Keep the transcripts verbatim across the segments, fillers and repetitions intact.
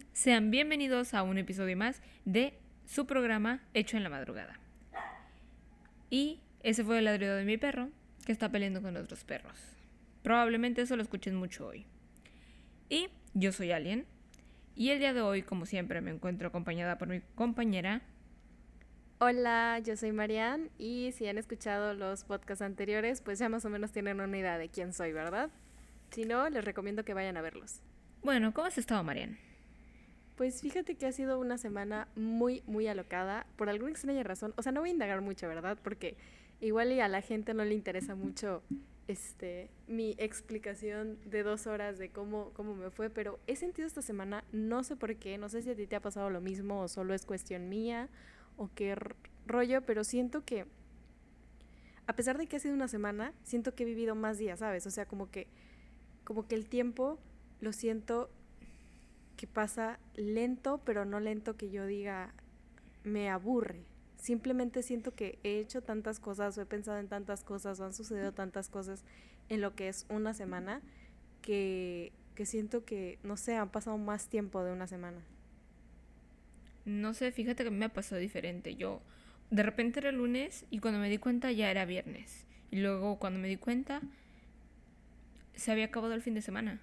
Sean bienvenidos a un episodio más de su programa Hecho en la Madrugada. Y ese fue el ladrido de mi perro que está peleando con otros perros. Probablemente eso lo escuchen mucho hoy. Y yo soy Alien. Y el día de hoy, como siempre, me encuentro acompañada por mi compañera. Hola, yo soy Marianne y si han escuchado los podcasts anteriores, pues ya más o menos tienen una idea de quién soy, ¿verdad? Si no, les recomiendo que vayan a verlos. Bueno, ¿cómo has estado, Marianne? Pues fíjate que ha sido una semana muy, muy alocada, por alguna extraña razón. O sea, no voy a indagar mucho, ¿verdad? Porque igual y a la gente no le interesa mucho este, mi explicación de dos horas de cómo, cómo me fue, pero he sentido esta semana, no sé por qué, no sé si a ti te ha pasado lo mismo o solo es cuestión mía o qué r- rollo, pero siento que a pesar de que ha sido una semana, siento que he vivido más días, ¿sabes? O sea, como que, como que el tiempo lo siento que pasa lento, pero no lento que yo diga me aburre. Simplemente siento que he hecho tantas cosas o he pensado en tantas cosas o han sucedido tantas cosas en lo que es una semana que, que siento que, no sé, han pasado más tiempo de una semana. No sé, fíjate que a mí me ha pasado diferente. Yo, de repente era lunes y cuando me di cuenta ya era viernes. Y luego cuando me di cuenta, se había acabado el fin de semana.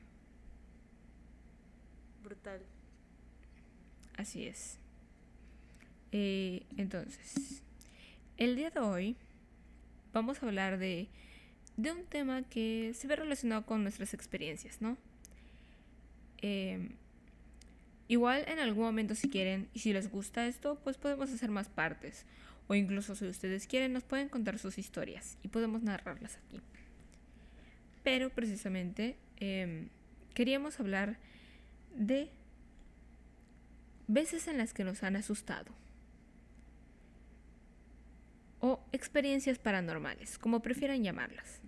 Brutal. Así es. Eh, entonces, el día de hoy vamos a hablar de, de un tema que se ve relacionado con nuestras experiencias, ¿no? Eh, Igual en algún momento si quieren y si les gusta esto, pues podemos hacer más partes. O incluso si ustedes quieren nos pueden contar sus historias y podemos narrarlas aquí. Pero precisamente eh, queríamos hablar de veces en las que nos han asustado. O experiencias paranormales, como prefieran llamarlas.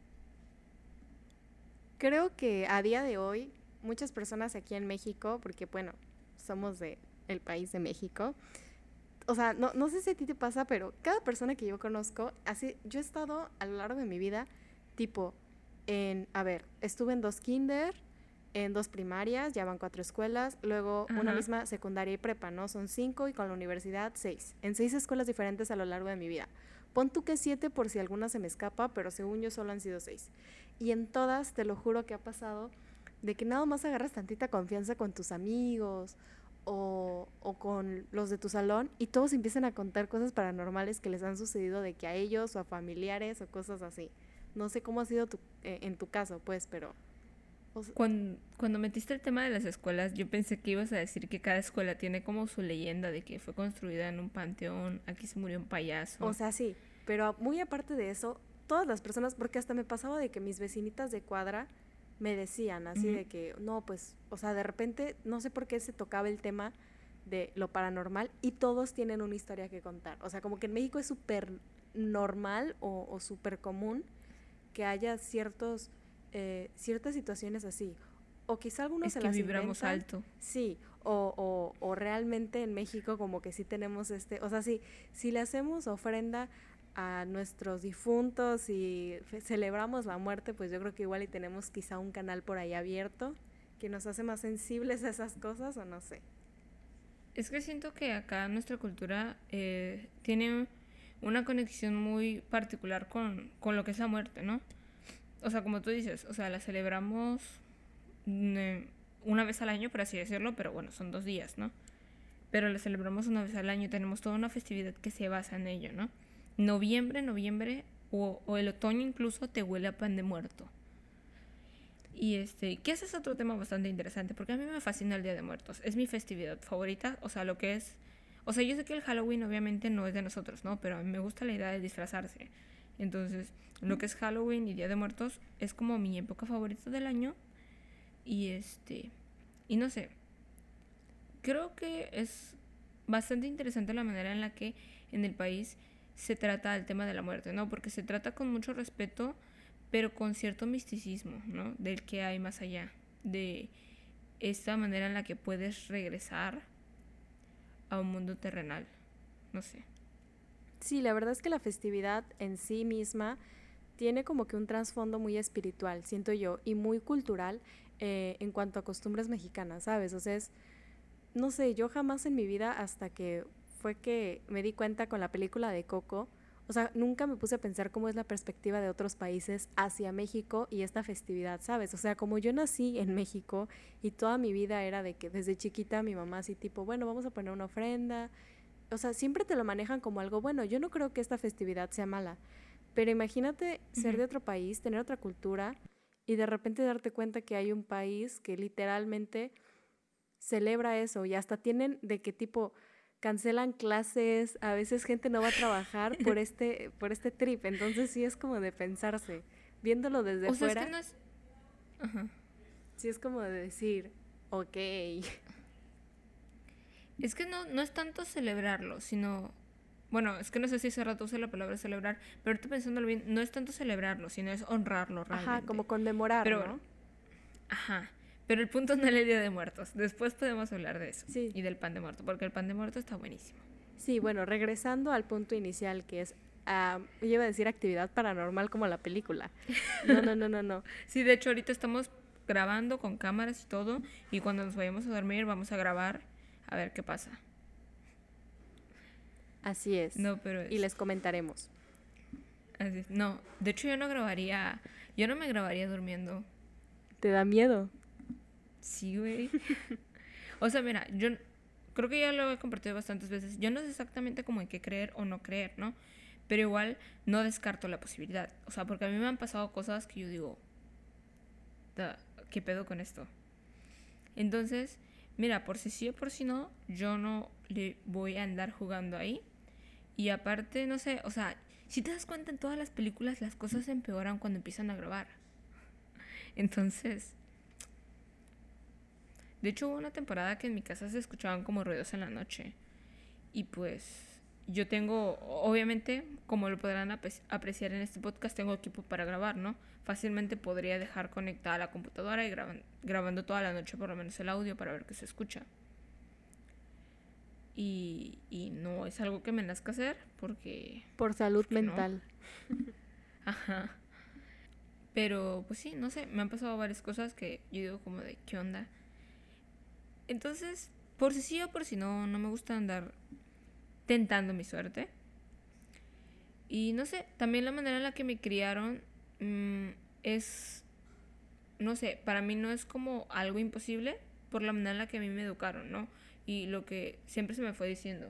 Creo que a día de hoy muchas personas aquí en México, porque bueno, somos de el país de México, o sea, no, no sé si a ti te pasa, pero cada persona que yo conozco, así, yo he estado a lo largo de mi vida, tipo, en, a ver, estuve en dos kinder, en dos primarias, ya van cuatro escuelas, luego una Ajá. misma secundaria y prepa, ¿no? Son cinco y con la universidad seis, en seis escuelas diferentes a lo largo de mi vida. Pon tú que siete por si alguna se me escapa, pero según yo solo han sido seis. Y en todas, te lo juro que ha pasado de que nada más agarras tantita confianza con tus amigos o, o con los de tu salón y todos empiezan a contar cosas paranormales que les han sucedido de que a ellos o a familiares o cosas así. No sé cómo ha sido tu, eh, en tu caso, pues, pero... O sea, Cuando, cuando metiste el tema de las escuelas, yo pensé que ibas a decir que cada escuela tiene como su leyenda de que fue construida en un panteón, aquí se murió un o payaso. sea, sí, pero muy aparte de eso, todas las personas, porque hasta me pasaba de que mis vecinitas de cuadra me decían así Ujú. de que, no, pues, o sea, de repente, no sé por qué se tocaba el tema de lo paranormal y todos tienen una historia que contar. O sea, como que en México es súper normal o, o súper común que haya ciertos, eh, ciertas situaciones así. O quizá algunos Es se que las vibramos inventan, alto. sí, o, o, o realmente en México como que sí tenemos este, o sea, sí, si le hacemos ofrenda a nuestros difuntos y fe- celebramos la muerte, pues yo creo que igual y tenemos quizá un canal por ahí abierto que nos hace más sensibles a esas cosas o no sé. Es que siento que acá nuestra cultura eh, tiene una conexión muy particular con, con lo que es la muerte, ¿no? O sea, como tú dices, o sea, la celebramos mm, eh, una vez al año, por así decirlo, pero bueno, son dos días, ¿no? Pero la celebramos una vez al año, tenemos toda una festividad que se basa en ello, ¿no? Noviembre, noviembre o, o el otoño incluso te huele a pan de muerto. Y este, que ese es otro tema bastante interesante, porque a mí me fascina el Día de Muertos. Es mi festividad favorita, o sea, lo que es... O sea, yo sé que el Halloween obviamente no es de nosotros, ¿no? Pero a mí me gusta la idea de disfrazarse. Entonces, lo que es Halloween y Día de Muertos es como mi época favorita del año. Y este... Y no sé, creo que es bastante interesante la manera en la que en el país se trata el tema de la muerte, ¿no? Porque se trata con mucho respeto, pero con cierto misticismo, ¿no? Del que hay más allá, de esta manera en la que puedes regresar a un mundo terrenal, no sé. Sí, la verdad es que la festividad en sí misma tiene como que un trasfondo muy espiritual, siento yo, y muy cultural eh, en cuanto a costumbres mexicanas, ¿sabes? O sea, es, no sé, yo jamás en mi vida, hasta que fue que me di cuenta con la película de Coco, o sea, nunca me puse a pensar cómo es la perspectiva de otros países hacia México y esta festividad, ¿sabes? O sea, como yo nací en México y toda mi vida era de que desde chiquita mi mamá así tipo, bueno, vamos a poner una ofrenda. O sea, siempre te lo manejan como algo bueno. Yo no creo que esta festividad sea mala, pero imagínate ser Ujú. de otro país, tener otra cultura y de repente darte cuenta que hay un país que literalmente celebra eso y hasta tienen de qué tipo cancelan clases, a veces gente no va a trabajar por este por este trip, entonces sí es como de pensarse, viéndolo desde O sea, es que fuera, no es... Ajá. sí es como de decir, ok, Es que no, no es tanto celebrarlo, sino... Bueno, es que no sé si hace rato usé la palabra celebrar, pero ahorita pensándolo bien, no es tanto celebrarlo, sino es honrarlo ajá, realmente. como conmemorar, Pero ¿no? bueno, ajá. Pero el punto no es el Día de Muertos. Después podemos hablar de eso. Sí, Y del pan de muerto, porque el pan de muerto está buenísimo. sí, bueno, regresando al punto inicial que es, ah, yo iba a decir actividad paranormal como la película. No, no, no, no, no. Sí, de hecho ahorita estamos grabando con cámaras y todo, y cuando nos vayamos a dormir vamos a grabar a ver qué pasa. Así es. No, pero Y es, les comentaremos. así es. No, de hecho yo no grabaría, yo no me grabaría durmiendo. ¿Te da miedo? Sí, güey. O sea, mira, yo creo que ya lo he compartido bastantes veces. Yo no sé exactamente cómo en qué creer o no creer, ¿no? Pero igual no descarto la posibilidad. O sea, porque a mí me han pasado cosas que yo digo, "Da, ¿qué pedo con esto?" Entonces, mira, por si sí o por si no, yo no le voy a andar jugando ahí. Y aparte, no sé, o sea, si te das cuenta en todas las películas las cosas empeoran cuando empiezan a grabar. Entonces, de hecho hubo una temporada que en mi casa se escuchaban como ruidos en la noche. Y pues yo tengo, obviamente, como lo podrán ape- apreciar en este podcast, tengo equipo para grabar, ¿no? Fácilmente podría dejar conectada la computadora y graban- grabando toda la noche por lo menos el audio para ver qué se escucha. Y, y no es algo que me nazca hacer porque... Por salud porque no. mental. Ajá. Pero pues sí, no sé, me han pasado varias cosas que yo digo como de ¿qué onda? Entonces, por si sí o por si no, no me gusta andar tentando mi suerte. Y no sé, también la manera en la que me criaron mm, es, no sé, para mí no es como algo imposible por la manera en la que a mí me educaron, ¿no? Y lo que siempre se me fue diciendo.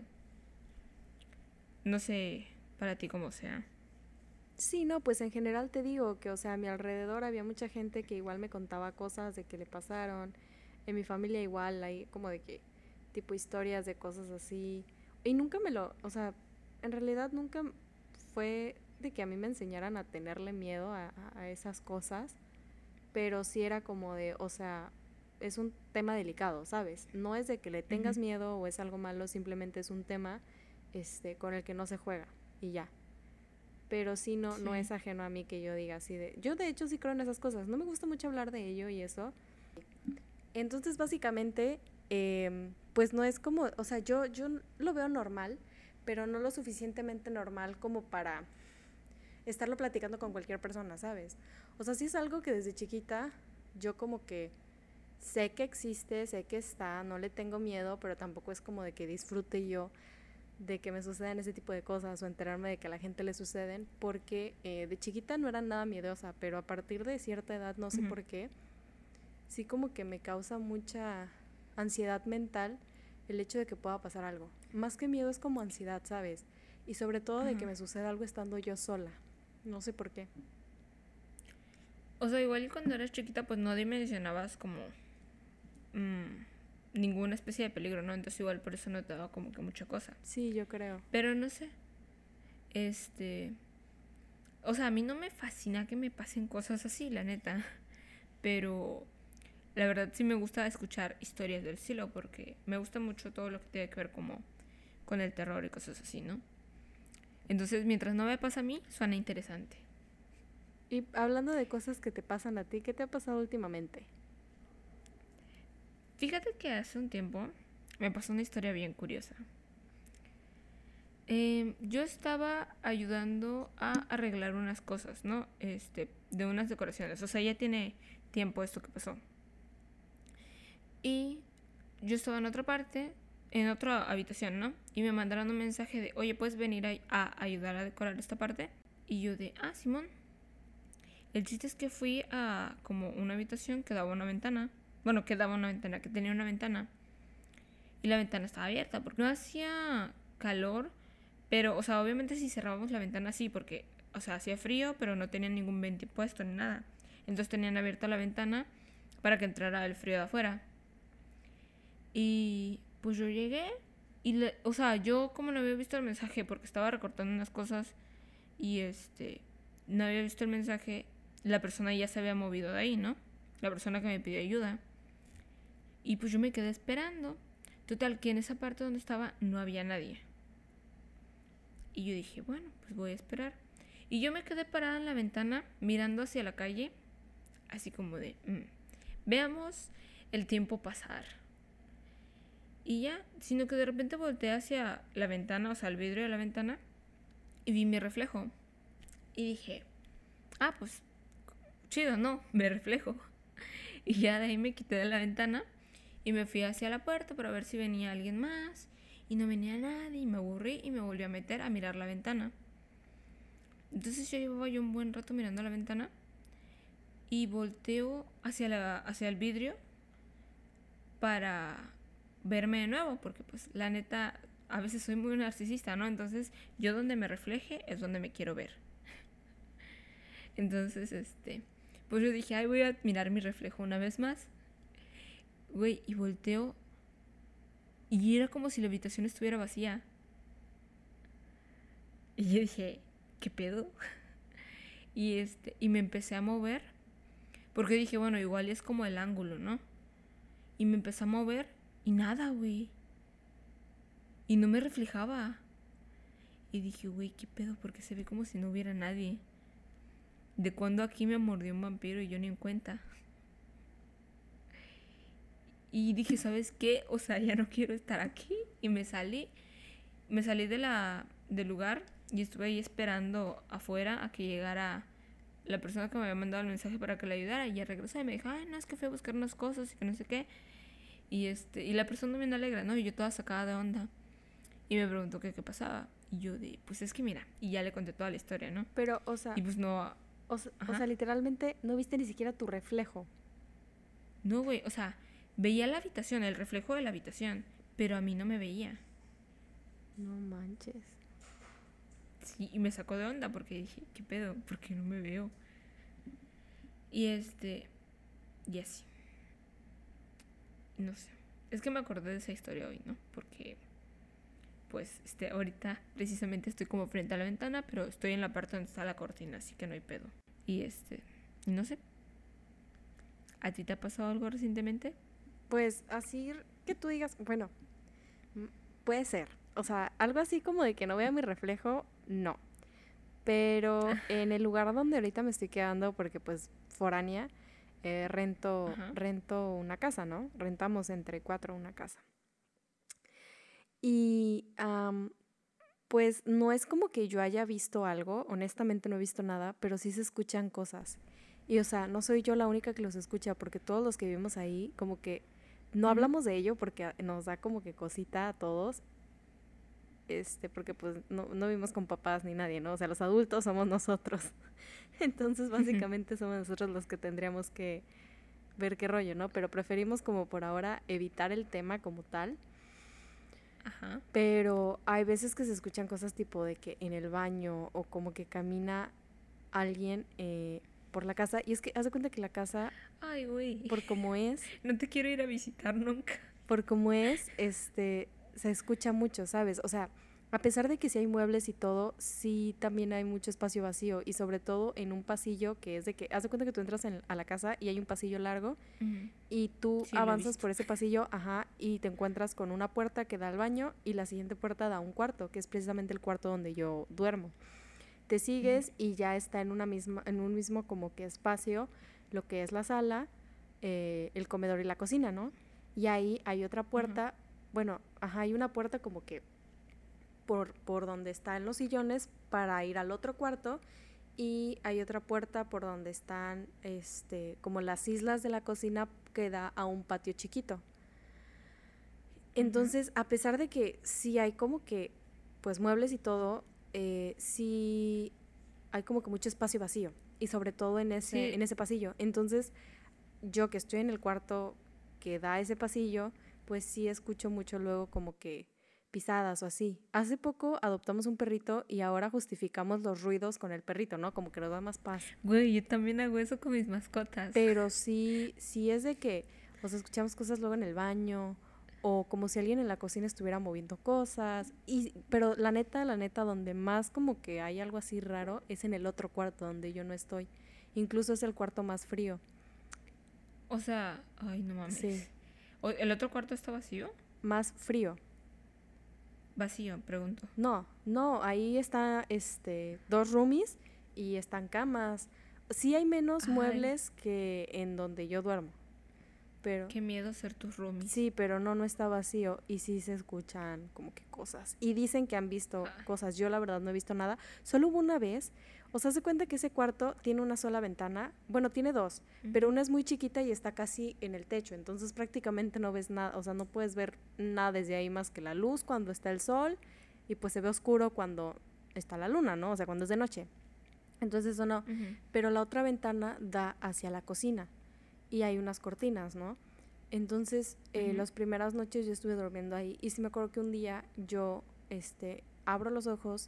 No sé para ti cómo sea. Sí, no, pues en general te digo que, o sea, a mi alrededor había mucha gente que igual me contaba cosas de que le pasaron. En mi familia igual hay como de que, tipo historias de cosas así. Y nunca me lo, o sea, en realidad nunca fue de que a mí me enseñaran a tenerle miedo a, a- a esas cosas, pero sí era como de, o sea, es un tema delicado, ¿sabes? No es de que le Ujú. tengas miedo o es algo malo, simplemente es un tema este, con el que no se juega y ya. Pero sí no, no Sí. es ajeno a mí que yo diga así de... Yo de hecho sí creo en esas cosas, no me gusta mucho hablar de ello y eso. Entonces básicamente, em, pues no es como, o sea, yo, yo lo veo normal, pero no lo suficientemente normal como para estarlo platicando con cualquier persona, ¿sabes? O sea, sí es algo que desde chiquita yo como que sé que existe, sé que está, no le tengo miedo, pero tampoco es como de que disfrute yo de que me sucedan ese tipo de cosas o enterarme de que a la gente le suceden, porque eh, de chiquita no era nada miedosa, pero a partir de cierta edad, no sé Ujú. por qué, sí como que me causa mucha ansiedad mental el hecho de que pueda pasar algo. Más que miedo es como ansiedad, ¿sabes? Y sobre todo de que Ajá. me suceda algo estando yo sola. No sé por qué. O sea, igual cuando eras chiquita pues no dimensionabas como mm, ninguna especie de peligro, ¿no? Entonces igual por eso no te daba como que mucha cosa. Sí, yo creo. Pero no sé, este... O sea, a mí no me fascina que me pasen cosas así, la neta. Pero la verdad sí me gusta escuchar historias del estilo porque me gusta mucho todo lo que tiene que ver como con el terror y cosas así, ¿no? Entonces, mientras no me pasa a mí, suena interesante. Y hablando de cosas que te pasan a ti, ¿qué te ha pasado últimamente? Fíjate que hace un tiempo me pasó una historia bien curiosa. Eh, yo estaba ayudando a arreglar unas cosas, ¿no? Este, de unas decoraciones. O sea, ya tiene tiempo esto que pasó. Y yo estaba en otra parte, en otra habitación, ¿no? Y me mandaron un mensaje de, oye, ¿puedes venir a, a ayudar a decorar esta parte? Y yo de, ah, Simón. El chiste es que fui a como una habitación que daba una ventana. Bueno, que daba una ventana, que tenía una ventana. Y la ventana estaba abierta porque no hacía calor. Pero, o sea, obviamente si cerrábamos la ventana sí, porque, o sea, hacía frío, pero no tenía ningún venti puesto ni nada. Entonces tenían abierta la ventana para que entrara el frío de afuera. Y pues yo llegué y, le, o sea, yo como no había visto el mensaje porque estaba recortando unas cosas y este, no había visto el mensaje, la persona ya se había movido de ahí, ¿no? La persona que me pidió ayuda. Y pues yo me quedé esperando. Total, que en esa parte donde estaba no había nadie. Y yo dije, bueno, pues voy a esperar. Y yo me quedé parada en la ventana mirando hacia la calle, así como de, mmm, veamos el tiempo pasar. Y ya, sino que de repente volteé hacia la ventana, o sea, el vidrio de la ventana, y vi mi reflejo. Y dije, ah, pues, chido, ¿no? Me reflejo. Y ya de ahí me quité de la ventana y me fui hacia la puerta para ver si venía alguien más. Y no venía nadie y me aburrí y me volví a meter a mirar la ventana. Entonces yo llevaba yo un buen rato mirando la ventana y volteo hacia, la, hacia el vidrio para verme de nuevo, porque pues la neta a veces soy muy narcisista, ¿no? Entonces yo donde me refleje es donde me quiero ver. Entonces, este, pues yo dije, ay, voy a mirar mi reflejo una vez más. Güey, y volteo y era como si la habitación estuviera vacía. Y yo dije, ¿qué pedo? Y este, y me empecé a mover, porque dije, bueno, igual es como el ángulo, ¿no? Y me empecé a mover y nada, güey. Y no me reflejaba. Y dije, güey, ¿qué pedo? Porque se ve como si no hubiera nadie. ¿De cuándo aquí me mordió un vampiro y yo ni en cuenta? Y dije, ¿sabes qué? O sea, ya no quiero estar aquí. Y me salí. Me salí de la, del lugar y estuve ahí esperando afuera a que llegara la persona que me había mandado el mensaje para que le ayudara. Y ya regresó y me dijo, ay, no, es que fui a buscar unas cosas y que no sé qué. Y, este, y la persona bien alegra, ¿no? Y yo toda sacada de onda. Y me preguntó qué, qué pasaba. Y yo de, pues es que mira. Y ya le conté toda la historia, ¿no? Pero, o sea... Y pues no... O, o sea, literalmente no viste ni siquiera tu reflejo. No, güey, o sea, veía la habitación, el reflejo de la habitación, pero a mí no me veía. No manches. Sí, y me sacó de onda porque dije, ¿qué pedo? ¿Por qué no me veo? Y este... Y así. No sé. Es que me acordé de esa historia hoy, ¿no? Porque... Pues, este, ahorita precisamente estoy como frente a la ventana, pero estoy en la parte donde está la cortina, así que no hay pedo. Y este, no sé. ¿A ti te ha pasado algo recientemente? Pues así que tú digas, bueno, puede ser. O sea, algo así como de que no vea mi reflejo, no. Pero en el lugar donde ahorita me estoy quedando, porque pues foránea, eh, rento, rento una casa, ¿no? Rentamos entre cuatro una casa. Y um, pues no es como que yo haya visto algo, honestamente no he visto nada, pero sí se escuchan cosas. Y o sea, no soy yo la única que los escucha, porque todos los que vivimos ahí, como que no hablamos de ello porque nos da como que cosita a todos, este, porque pues no, no vivimos con papás ni nadie, ¿no? O sea, los adultos somos nosotros. Entonces básicamente somos nosotros los que tendríamos que ver qué rollo, ¿no? Pero preferimos como por ahora evitar el tema como tal. Ajá. Pero hay veces que se escuchan cosas tipo de que en el baño o como que camina alguien eh, por la casa. Y es que haz de cuenta que la casa, ay, güey, por como es, no te quiero ir a visitar nunca. Por como es, este, se escucha mucho, ¿sabes? O sea, a pesar de que sí hay muebles y todo, sí también hay mucho espacio vacío. Y sobre todo en un pasillo que es de que, haz de cuenta que tú entras en, a la casa y hay un pasillo largo uh-huh. y tú sí, avanzas por ese pasillo, ajá, y te encuentras con una puerta que da al baño y la siguiente puerta da a un cuarto, que es precisamente el cuarto donde yo duermo. Te sigues uh-huh. y ya está en una misma, en un mismo como que espacio lo que es la sala, eh, el comedor y la cocina, ¿no? Y ahí hay otra puerta, uh-huh. bueno, ajá, hay una puerta como que por, por donde están los sillones para ir al otro cuarto y hay otra puerta por donde están este, como las islas de la cocina que da a un patio chiquito. Entonces, uh-huh. a pesar de que sí hay como que, pues, muebles y todo, eh, sí hay como que mucho espacio vacío. Y sobre todo en ese, sí. en ese pasillo. Entonces, yo que estoy en el cuarto que da ese pasillo, pues sí escucho mucho luego como que pisadas o así. Hace poco adoptamos un perrito y ahora justificamos los ruidos con el perrito, ¿no? Como que nos da más paz. Güey, yo también hago eso con mis mascotas. Pero sí, sí es de que, o sea, escuchamos cosas luego en el baño o como si alguien en la cocina estuviera moviendo cosas. Y, pero la neta, la neta, donde más como que hay algo así raro es en el otro cuarto donde yo no estoy. Incluso es el cuarto más frío. O sea, ay, no mames. Sí. ¿El otro cuarto está vacío? Más frío. Vacío, pregunto. No, no, ahí está este, dos roomies y están camas. Sí hay menos ay. muebles que en donde yo duermo. Pero, qué miedo ser tus roomies. Sí, pero no, no está vacío y sí se escuchan como que cosas. Y dicen que han visto ah. cosas. Yo la verdad no he visto nada. Solo hubo una vez, o sea, se cuenta que ese cuarto tiene una sola ventana. Bueno, tiene dos, uh-huh. pero una es muy chiquita y está casi en el techo. Entonces prácticamente no ves nada, o sea, no puedes ver nada desde ahí más que la luz cuando está el sol y pues se ve oscuro cuando está la luna, ¿no? O sea, cuando es de noche. Entonces eso no. Uh-huh. Pero la otra ventana da hacia la cocina. Y hay unas cortinas, ¿no? Entonces, eh, uh-huh. las primeras noches yo estuve durmiendo ahí. Y sí me acuerdo que un día yo este, abro los ojos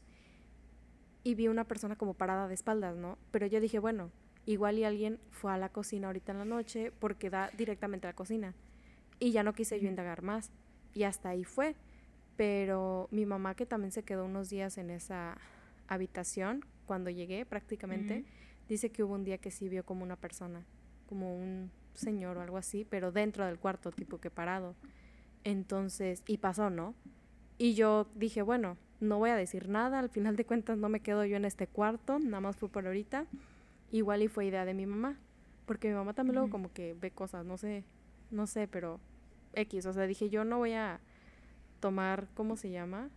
y vi una persona como parada de espaldas, ¿no? Pero yo dije, bueno, igual y alguien fue a la cocina ahorita en la noche porque da directamente a la cocina. Y ya no quise uh-huh. yo indagar más. Y hasta ahí fue. Pero mi mamá, que también se quedó unos días en esa habitación, cuando llegué prácticamente, uh-huh. dice que hubo un día que sí vio como una persona, como un señor o algo así, pero dentro del cuarto, tipo que parado. Entonces, y pasó, ¿no? Y yo dije, bueno, no voy a decir nada, al final de cuentas no me quedo yo en este cuarto, nada más fue por ahorita. Igual y fue idea de mi mamá, porque mi mamá también uh-huh. luego como que ve cosas, no sé, no sé, pero X, o sea, dije, yo no voy a tomar, ¿cómo se llama?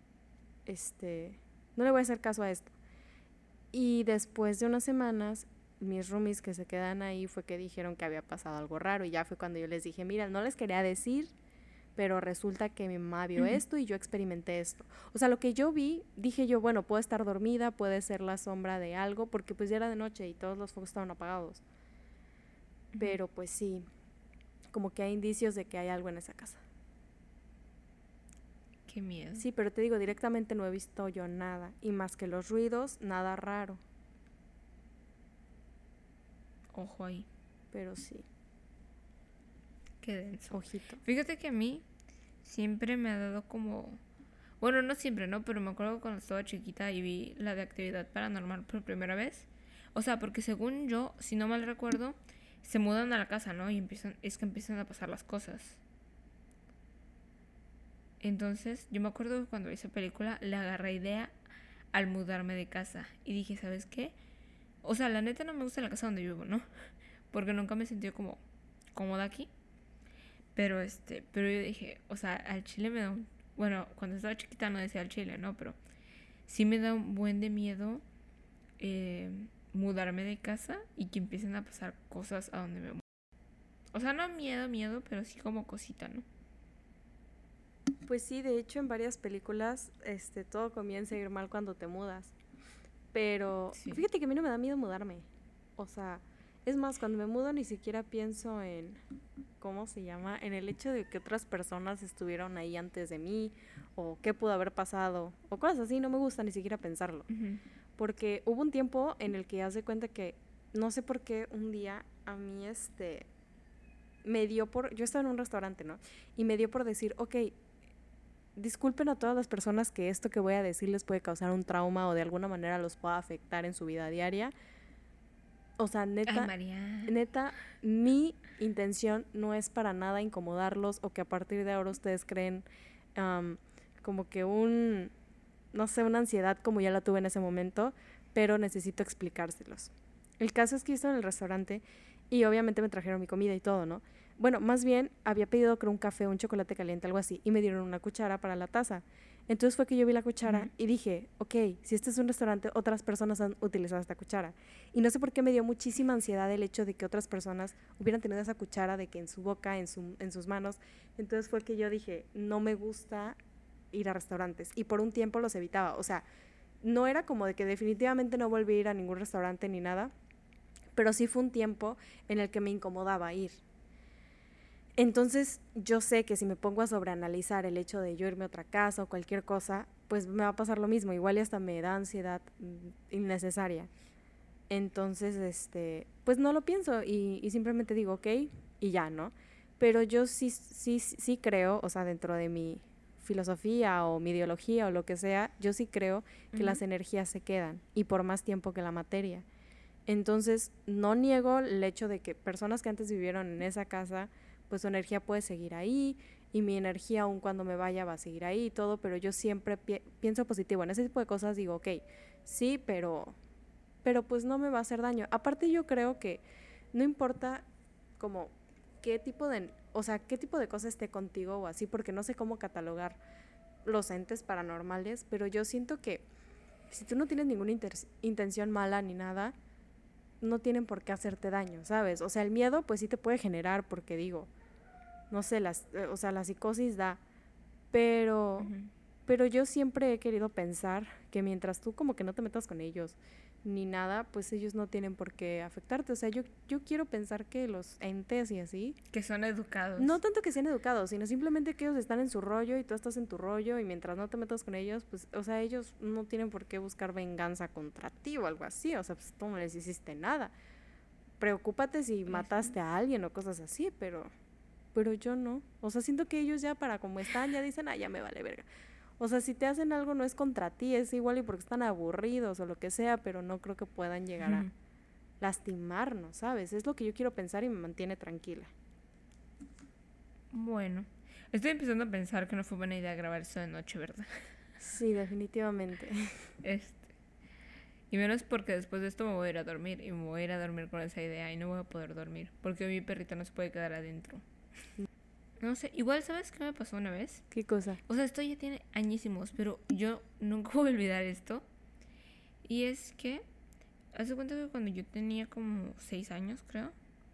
Este, no le voy a hacer caso a esto. Y después de unas semanas, mis roomies que se quedan ahí fue que dijeron que había pasado algo raro y ya fue cuando yo les dije, mira, no les quería decir, pero resulta que mi mamá vio uh-huh. esto y yo experimenté esto. O sea, lo que yo vi, dije yo, bueno, puede estar dormida, puede ser la sombra de algo, porque pues ya era de noche y todos los focos estaban apagados. Uh-huh. Pero pues sí, como que hay indicios de que hay algo en esa casa. Qué miedo. Sí, pero te digo, directamente no he visto yo nada, y más que los ruidos, nada raro. Ojo ahí. Pero sí. Qué denso. Ojito. Fíjate que a mí siempre me ha dado como... Bueno, no siempre, ¿no? Pero me acuerdo cuando estaba chiquita y vi la de Actividad Paranormal por primera vez. O sea, porque según yo, si no mal recuerdo, se mudan a la casa, ¿no? Y empiezan, es que empiezan a pasar las cosas. Entonces, yo me acuerdo que cuando vi esa película, le agarré idea al mudarme de casa. Y dije, ¿sabes qué? O sea, la neta no me gusta la casa donde vivo, ¿no? Porque nunca me he sentido como cómoda aquí. Pero este, pero yo dije, o sea, al chile me da un... Bueno, cuando estaba chiquita no decía al chile, ¿no? Pero sí me da un buen de miedo eh, mudarme de casa y que empiecen a pasar cosas a donde me mudo. O sea, no miedo, miedo, pero sí como cosita, ¿no? Pues sí, de hecho en varias películas este, todo comienza a ir mal cuando te mudas. Pero sí. Fíjate que a mí no me da miedo mudarme. O sea, es más, cuando me mudo ni siquiera pienso en, ¿cómo se llama? En el hecho de que otras personas estuvieron ahí antes de mí, o qué pudo haber pasado, o cosas así, no me gusta ni siquiera pensarlo. Uh-huh. Porque hubo un tiempo en el que haz de cuenta que, no sé por qué, un día a mí este, me dio por, yo estaba en un restaurante, ¿no? Y me dio por decir, ok, disculpen a todas las personas que esto que voy a decir les puede causar un trauma o de alguna manera los pueda afectar en su vida diaria. O sea, neta, Ay, María. neta, mi intención no es para nada incomodarlos o que a partir de ahora ustedes creen um, como que un, no sé, una ansiedad como ya la tuve en ese momento, pero necesito explicárselos. El caso es que yo estaba en el restaurante y obviamente me trajeron mi comida y todo, ¿no? Bueno, más bien había pedido creo un café, un chocolate caliente, algo así, y me dieron una cuchara para la taza. Entonces fue que yo vi la cuchara Ujú. y dije, ok, si este es un restaurante, otras personas han utilizado esta cuchara. Y no sé por qué me dio muchísima ansiedad el hecho de que otras personas hubieran tenido esa cuchara, de que en su boca, en, su, en sus manos. Entonces fue que yo dije, no me gusta ir a restaurantes. Y por un tiempo los evitaba. O sea, no era como de que definitivamente no volví a ir a ningún restaurante ni nada, pero sí fue un tiempo en el que me incomodaba ir. Entonces yo sé que si me pongo a sobreanalizar el hecho de yo irme a otra casa o cualquier cosa, pues me va a pasar lo mismo, igual y hasta me da ansiedad mm, innecesaria. Entonces, este, pues no lo pienso y, y simplemente digo, ok, y ya, ¿no? Pero yo sí, sí, sí creo, o sea, dentro de mi filosofía o mi ideología o lo que sea, yo sí creo que Ujú. las energías se quedan y por más tiempo que la materia. Entonces, no niego el hecho de que personas que antes vivieron en esa casa, pues su energía puede seguir ahí y mi energía aun cuando me vaya va a seguir ahí y todo, pero yo siempre pi pienso positivo. En ese tipo de cosas digo, ok, sí, pero, pero pues no me va a hacer daño. Aparte yo creo que no importa como qué tipo de, o sea, qué tipo de cosa esté contigo o así, porque no sé cómo catalogar los entes paranormales, pero yo siento que si tú no tienes ninguna intención mala ni nada, no tienen por qué hacerte daño, ¿sabes? O sea, el miedo pues sí te puede generar porque digo, no sé, las, eh, o sea, la psicosis da, pero, Ujú. pero yo siempre he querido pensar que mientras tú como que no te metas con ellos ni nada, pues ellos no tienen por qué afectarte. O sea, yo, yo quiero pensar que los entes y así, Que son no educados. tanto que sean educados, sino simplemente que ellos están en su rollo y tú estás en tu rollo y mientras no te metas con ellos, pues, o sea, ellos no tienen por qué buscar venganza contra ti o algo así. O sea, pues tú no les hiciste nada. Preocúpate si Pues sí. mataste a alguien o cosas así, pero pero yo no. O sea, siento que ellos ya para como están ya dicen, ah, ya me vale verga. O sea, si te hacen algo no es contra ti, es igual y porque están aburridos o lo que sea, pero no creo que puedan llegar a lastimarnos, ¿sabes? Es lo que yo quiero pensar y me mantiene tranquila. Bueno, estoy empezando a pensar que no fue buena idea grabar esto de noche, ¿verdad? Sí, definitivamente. Este. Y menos porque después de esto me voy a ir a dormir y me voy a ir a dormir con esa idea y no voy a poder dormir porque mi perrito no se puede quedar adentro. No sé, igual ¿sabes qué me pasó una vez? ¿Qué cosa? O sea, esto ya tiene añísimos, pero yo nunca voy a olvidar esto. Y es que, haz de cuenta que cuando yo tenía como seis años, creo,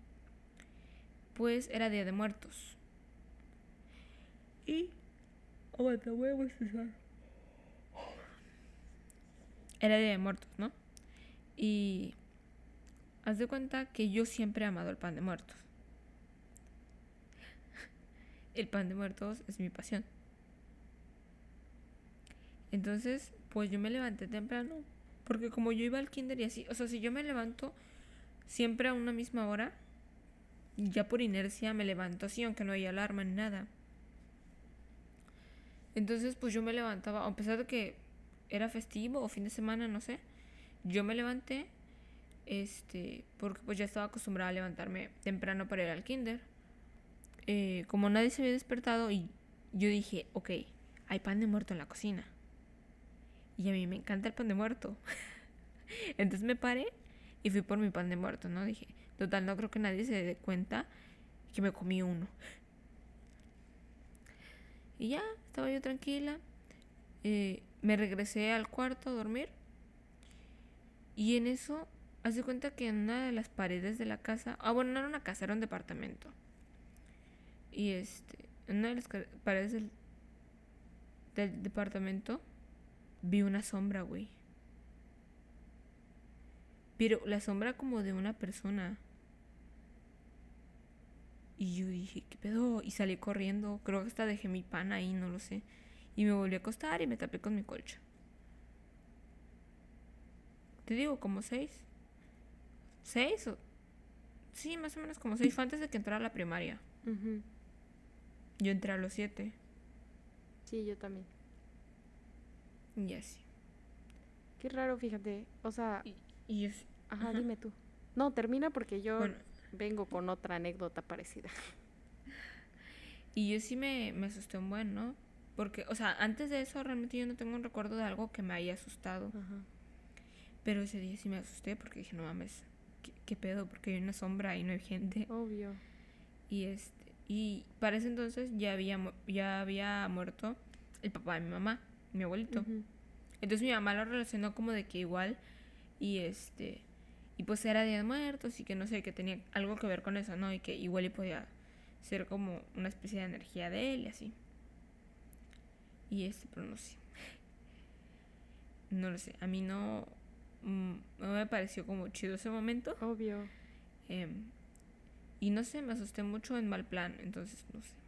pues era Día de Muertos. Y... aguanta, voy a bostezar. Era Día de Muertos, ¿no? Y haz de cuenta que yo siempre he amado el pan de muertos. El pan de muertos es mi pasión. Entonces, pues yo me levanté temprano. Porque como yo iba al kinder y así, o sea, si yo me levanto siempre a una misma hora, ya por inercia me levanto así, aunque no haya alarma ni nada. Entonces, pues yo me levantaba, a pesar de que era festivo o fin de semana, no sé, yo me levanté, este, porque pues ya estaba acostumbrada a levantarme temprano para ir al kinder. Eh, como nadie se había despertado y yo dije, ok, hay pan de muerto en la cocina. Y a mí me encanta el pan de muerto. Entonces me paré y fui por mi pan de muerto, ¿no? Dije, total, no creo que nadie se dé cuenta que me comí uno. Y ya, estaba yo tranquila. Eh, me regresé al cuarto a dormir. Y en eso, haz de cuenta que en una de las paredes de la casa... Ah, bueno, no era una casa, era un departamento. Y este, en una de las paredes del, del departamento vi una sombra, güey. Pero la sombra como de una persona. Y yo dije, ¿qué pedo? Y salí corriendo. Creo que hasta dejé mi pan ahí, no lo sé. Y me volví a acostar y me tapé con mi colcha. Te digo, como seis. ¿Seis? O... sí, más o menos como seis. Fue antes de que entrara a la primaria. Uh-huh. Yo entré a los siete. Sí, yo también. Y así. Qué raro, fíjate. O sea, Y, y yo... ajá, ajá. dime tú. No, termina porque yo Bueno, vengo con otra anécdota parecida. y yo sí me, me asusté un buen, ¿no? Porque, o sea, antes de eso realmente yo no tengo un recuerdo de algo que me haya asustado. Ajá. Pero ese día sí me asusté porque dije, no mames, ¿qué, qué pedo? Porque hay una sombra y no hay gente. Obvio. Y este y para ese entonces ya había mu- ya había muerto el papá de mi mamá, mi abuelito. Ujú. Entonces mi mamá lo relacionó como de que igual y este y pues era Día de Muertos y que no sé, que tenía algo que ver con eso, ¿no? Y que igual y podía ser como una especie de energía de él y así. Y este, pero no sé. No lo sé, a mí no, mm, no me pareció como chido ese momento. Obvio. em, y no sé, me asusté mucho en mal plan, entonces no sé.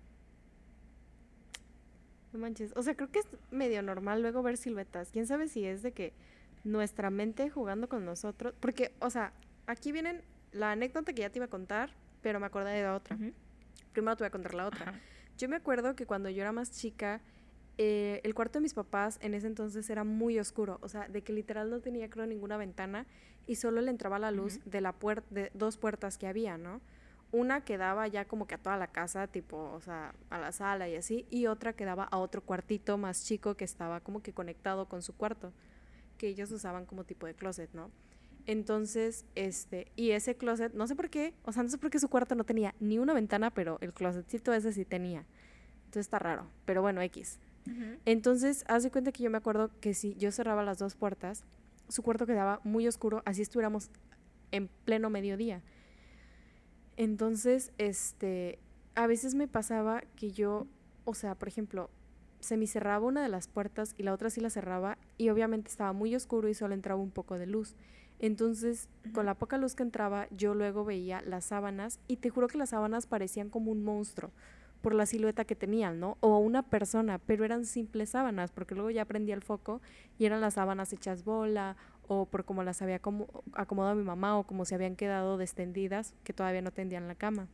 No manches. O sea, creo que es medio normal luego ver siluetas. Quién sabe si es de que nuestra mente jugando con nosotros. Porque, o sea, aquí vienen la anécdota que ya te iba a contar, pero me acordé de otra. Ujú. Primero te voy a contar la otra. Ajá. Yo me acuerdo que cuando yo era más chica, eh, el cuarto de mis papás en ese entonces era muy oscuro. O sea, de que literal no tenía, creo, ninguna ventana y solo le entraba la luz Ujú. de la puerta, de dos puertas que había, ¿no? Una que daba ya como que a toda la casa, tipo, o sea, a la sala y así, y otra que daba a otro cuartito más chico que estaba como que conectado con su cuarto, que ellos usaban como tipo de closet, ¿no? Entonces, este, y ese closet, no sé por qué, o sea, no sé por qué su cuarto no tenía ni una ventana, pero el closetcito ese sí tenía. Entonces está raro, pero bueno, X. Ujú. Entonces, haz de cuenta que yo me acuerdo que si yo cerraba las dos puertas, su cuarto quedaba muy oscuro, así estuviéramos en pleno mediodía. Entonces, este, a veces me pasaba que yo, o sea, por ejemplo, se me cerraba una de las puertas y la otra sí la cerraba y obviamente estaba muy oscuro y solo entraba un poco de luz. Entonces, con Ujú. la poca luz que entraba, yo luego veía las sábanas y te juro que las sábanas parecían como un monstruo por la silueta que tenían, ¿no? O una persona, pero eran simples sábanas, porque luego ya prendía el foco y eran las sábanas hechas bola o por cómo las había como acomodado mi mamá o como se habían quedado descendidas que todavía no tendían la cama.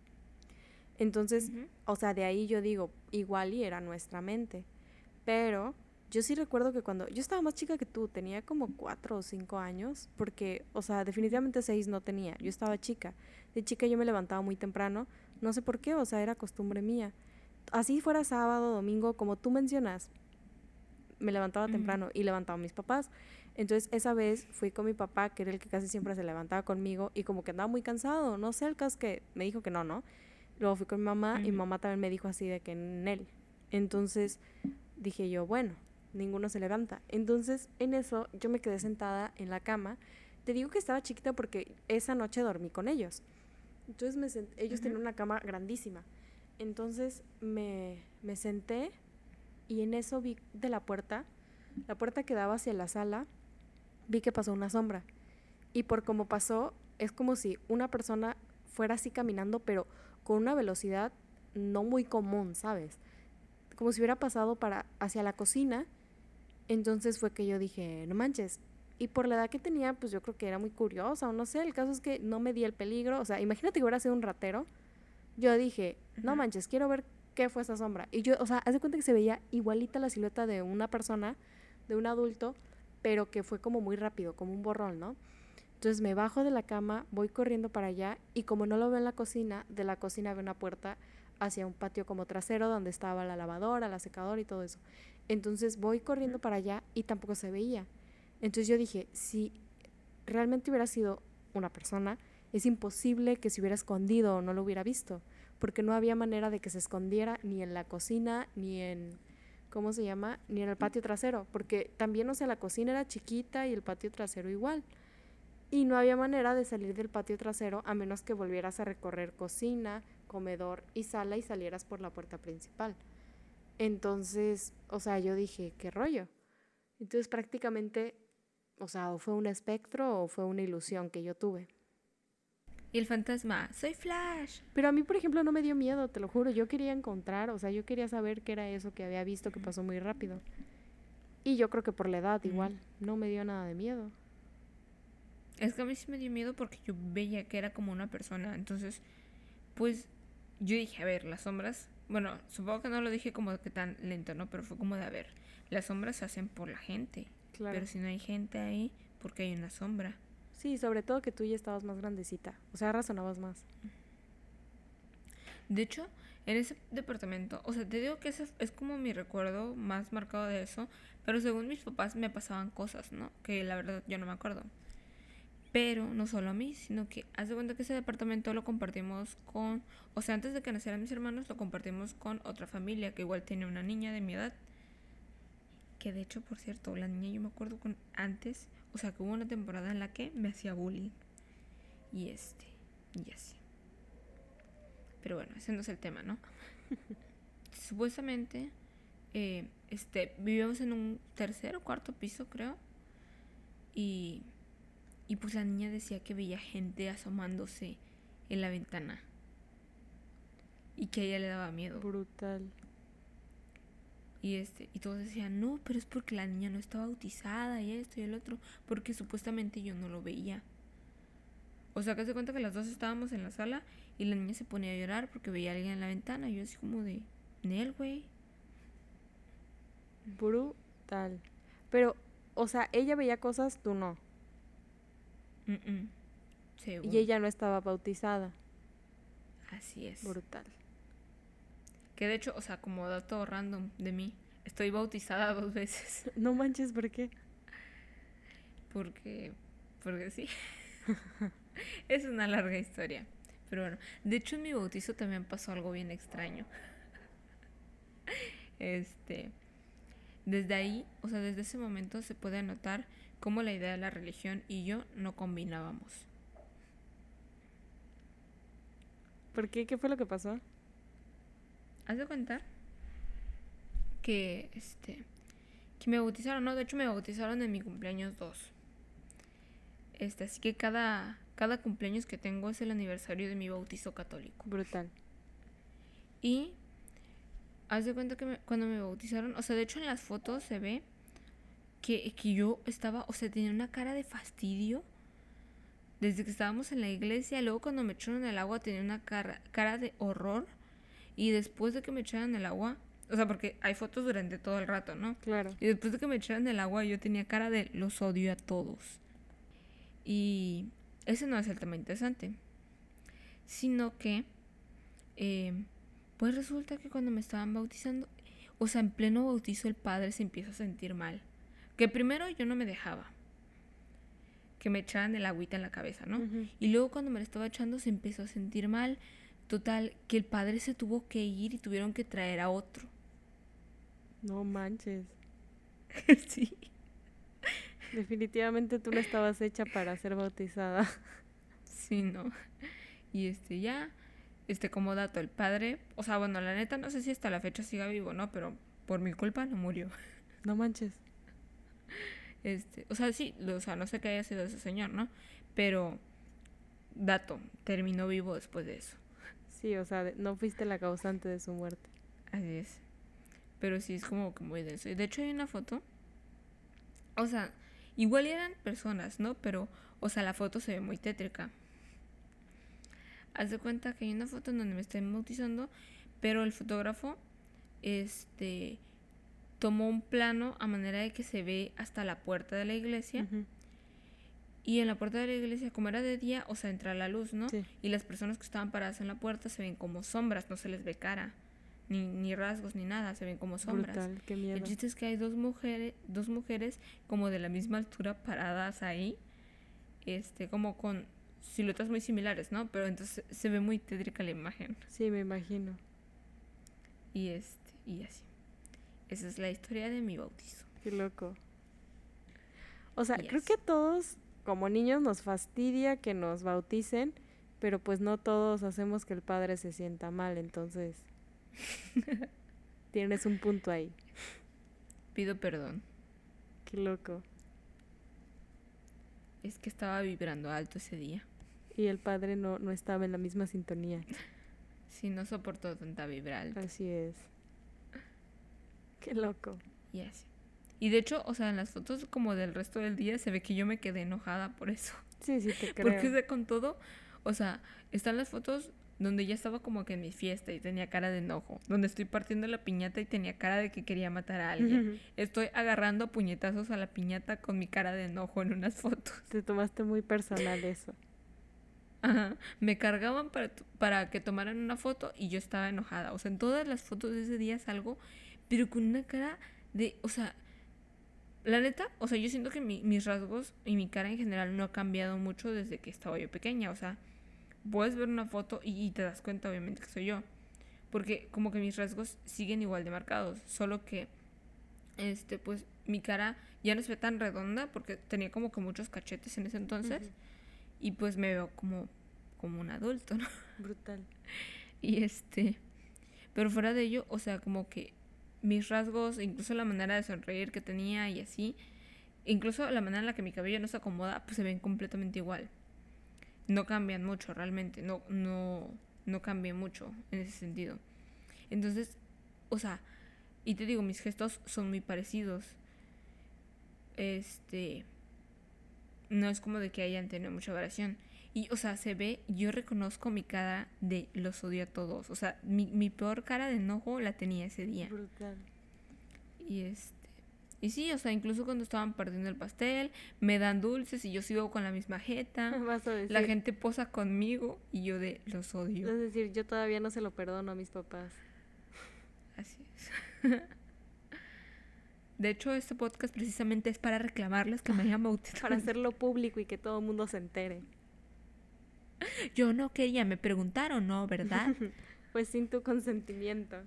Entonces, Ujú. o sea, de ahí yo digo, igual y era nuestra mente. Pero yo sí recuerdo que cuando yo estaba más chica que tú, tenía como cuatro o cinco años, porque, o sea, Ujú. definitivamente seis no tenía, yo estaba chica. De chica yo me levantaba muy temprano, no sé por qué, o sea, era costumbre mía. Así fuera sábado, domingo, como tú mencionas, me levantaba Ujú. temprano y levantaba a mis papás. Entonces esa vez fui con mi papá, que era el que casi siempre se levantaba conmigo y como que andaba muy cansado, no sé, el caso es que me dijo que no, ¿no? Luego fui con mi mamá y mi Ujú. mamá también me dijo así de que en él. Entonces dije yo, bueno, ninguno se levanta. Entonces en eso yo me quedé sentada en la cama. Te digo que estaba chiquita porque esa noche dormí con ellos. Entonces me sent- ellos Ujú. tenían una cama grandísima. Entonces me, me senté y en eso vi de la puerta, la puerta que daba hacia la sala, vi que pasó una sombra. Y por cómo pasó, es como si una persona fuera así caminando, pero con una velocidad no muy común, ¿sabes? Como si hubiera pasado para hacia la cocina. Entonces fue que yo dije, no manches. Y por la edad que tenía, pues yo creo que era muy curiosa, o no sé, el caso es que no me di el peligro. O sea, imagínate que hubiera sido un ratero. Yo dije, no Ujú. manches, quiero ver qué fue esa sombra. Y yo, o sea, haz de cuenta que se veía igualita la silueta de una persona, de un adulto, pero que fue como muy rápido, como un borrón, ¿no? Entonces me bajo de la cama, voy corriendo para allá y como no lo veo en la cocina, de la cocina veo una puerta hacia un patio como trasero donde estaba la lavadora, la secadora y todo eso. Entonces voy corriendo Ujú. para allá y tampoco se veía. Entonces yo dije, si realmente hubiera sido una persona, es imposible que se hubiera escondido o no lo hubiera visto, porque no había manera de que se escondiera ni en la cocina, ni en, ¿cómo se llama? Ni en el patio trasero, porque también, o sea, la cocina era chiquita y el patio trasero igual. Y no había manera de salir del patio trasero a menos que volvieras a recorrer cocina, comedor y sala y salieras por la puerta principal. Entonces, o sea, yo dije, ¿qué rollo? Entonces prácticamente, o sea, o fue un espectro o fue una ilusión que yo tuve. Y el fantasma, soy Flash. Pero a mí, por ejemplo, no me dio miedo, te lo juro. Yo quería encontrar, o sea, yo quería saber qué era eso que había visto que Ujú. pasó muy rápido. Y yo creo que por la edad Mm. igual, no me dio nada de miedo. Es que a mí sí me dio miedo porque yo veía que era como una persona. Entonces, pues yo dije, a ver, las sombras. Bueno, supongo que no lo dije como que tan lento, ¿no? Pero fue como de, a ver, las sombras se hacen por la gente. Pero Claro. si no hay gente ahí, porque hay una sombra. Sí, sobre todo que tú ya estabas más grandecita. O sea, razonabas más. De hecho, en ese departamento, o sea, te digo que ese es- es como mi recuerdo más marcado de eso. Pero según mis papás me pasaban cosas, ¿no? Que la verdad yo no me acuerdo. Pero no solo a mí, sino que haz de cuenta que ese departamento lo compartimos con, o sea, antes de que nacieran mis hermanos, lo compartimos con otra familia que igual tiene una niña de mi edad. Que de hecho, por cierto, la niña yo me acuerdo con antes, o sea, que hubo una temporada en la que me hacía bullying. Y este, y así. Pero bueno, ese no es el tema, ¿no? Supuestamente, eh, este, vivíamos en un tercer o cuarto piso, creo. Y... Y pues la niña decía que veía gente asomándose en la ventana. Y que a ella le daba miedo. Brutal. Y este, y todos decían, no, pero es porque la niña no está bautizada y esto y el otro. Porque supuestamente yo no lo veía. O sea, que se cuenta que las dos estábamos en la sala y la niña se ponía a llorar porque veía a alguien en la ventana. Y yo así como de, Nel, güey. Brutal. Pero, o sea, ella veía cosas, tú no. Mm-mm. Según. Y ella no estaba bautizada. Así es. Brutal. Que de hecho, o sea, como dato random de mí, estoy bautizada dos veces. No manches, ¿por qué? Porque, porque sí. Es una larga historia. Pero bueno, de hecho en mi bautizo también pasó algo bien extraño. Este, desde ahí, o sea, desde ese momento se puede notar cómo la idea de la religión y yo no combinábamos. ¿Por qué? ¿Qué fue lo que pasó? ¿Has de cuenta? Que, este, que me bautizaron, ¿no? De hecho me bautizaron en mi cumpleaños dos. Este, así que cada, cada cumpleaños que tengo es el aniversario de mi bautizo católico. Brutal. Y haz de cuenta que me, cuando me bautizaron, o sea, de hecho en las fotos se ve que, que yo estaba, o sea, tenía una cara de fastidio desde que estábamos en la iglesia. Luego cuando me echaron el agua tenía una cara, cara de horror. Y después de que me echaran el agua, o sea, porque hay fotos durante todo el rato, ¿no? Claro. Y después de que me echaran el agua yo tenía cara de los odio a todos. Y ese no es el tema interesante, sino que eh, pues resulta que cuando me estaban bautizando, o sea, en pleno bautizo el padre se empieza a sentir mal. Que primero yo no me dejaba que me echaran el agüita en la cabeza, ¿no? Uh-huh. Y luego cuando me la estaba echando se empezó a sentir mal. Total, que el padre se tuvo que ir y tuvieron que traer a otro. No manches. Sí. Definitivamente tú no estabas hecha para ser bautizada. Sí, no. Y este ya, este como dato, el padre, o sea, bueno, la neta no sé si hasta la fecha siga vivo, ¿no? Pero por mi culpa no murió. No manches. Este, o sea, sí, o sea, no sé qué haya sido ese señor, ¿no? Pero, dato, terminó vivo después de eso. Sí, o sea, no fuiste la causante de su muerte. Así es. Pero sí es como que muy denso. Y de hecho hay una foto. O sea, igual eran personas, ¿no? Pero, o sea, la foto se ve muy tétrica. Haz de cuenta que hay una foto en donde me están bautizando, pero el fotógrafo, este, tomó un plano a manera de que se ve hasta la puerta de la iglesia. Uh-huh. Y en la puerta de la iglesia, como era de día, o sea, entra la luz, ¿no? Sí. Y las personas que estaban paradas en la puerta se ven como sombras, no se les ve cara, ni, ni rasgos, ni nada, se ven como sombras. Brutal, qué miedo. El chiste es que hay dos mujeres, dos mujeres como de la misma altura paradas ahí, este, como con siluetas muy similares, ¿no? Pero entonces se ve muy tétrica la imagen. Sí, me imagino. Y este, y así. Esa es la historia de mi bautizo. Qué loco. O sea, Y creo así. que a todos, como niños, nos fastidia que nos bauticen, pero pues no todos hacemos que el padre se sienta mal, entonces tienes un punto ahí. Pido perdón. Qué loco. Es que estaba vibrando alto ese día. Y el padre no, no estaba en la misma sintonía. Sí, no soportó tanta vibra alta. Así es. Qué loco. Y así. Y de hecho, o sea, en las fotos como del resto del día se ve que yo me quedé enojada por eso. Sí, sí, te creo. Porque o sea, con todo, o sea, están las fotos donde ya estaba como que en mi fiesta y tenía cara de enojo. Donde estoy partiendo la piñata y tenía cara de que quería matar a alguien. Estoy agarrando puñetazos a la piñata con mi cara de enojo en unas fotos. Te tomaste muy personal eso. Ajá. Me cargaban para, para que tomaran una foto y yo estaba enojada. O sea, en todas las fotos de ese día salgo, pero con una cara de, o sea, La neta, o sea, yo siento que mi, mis rasgos y mi cara en general no ha cambiado mucho desde que estaba yo pequeña. O sea, puedes ver una foto y, y te das cuenta, obviamente, que soy yo. Porque como que mis rasgos siguen igual de marcados. Solo que, este, pues, mi cara ya no se ve tan redonda porque tenía como que muchos cachetes en ese entonces. Ujú. Y pues me veo como, como un adulto, ¿no? Brutal. Y este, pero fuera de ello, o sea, como que mis rasgos, incluso la manera de sonreír que tenía y así, incluso la manera en la que mi cabello no se acomoda, pues se ven completamente igual. No cambian mucho realmente, no, no, no cambian mucho en ese sentido. Entonces, o sea, y te digo, mis gestos son muy parecidos. Este, no es como de que hayan tenido mucha variación. Y, o sea, se ve, yo reconozco mi cara de los odio a todos. O sea, mi, mi peor cara de enojo la tenía ese día. Brutal. Y este, y sí, o sea, incluso cuando estaban partiendo el pastel, me dan dulces y yo sigo con la misma jeta. Vas a decir. La gente posa conmigo y yo de los odio. Es decir, yo todavía no se lo perdono a mis papás. Así es. De hecho, este podcast precisamente es para reclamarles que me hayan bautizado. Para hacerlo público y que todo el mundo se entere. Yo no quería, me preguntaron, ¿no? ¿Verdad? Pues sin tu consentimiento.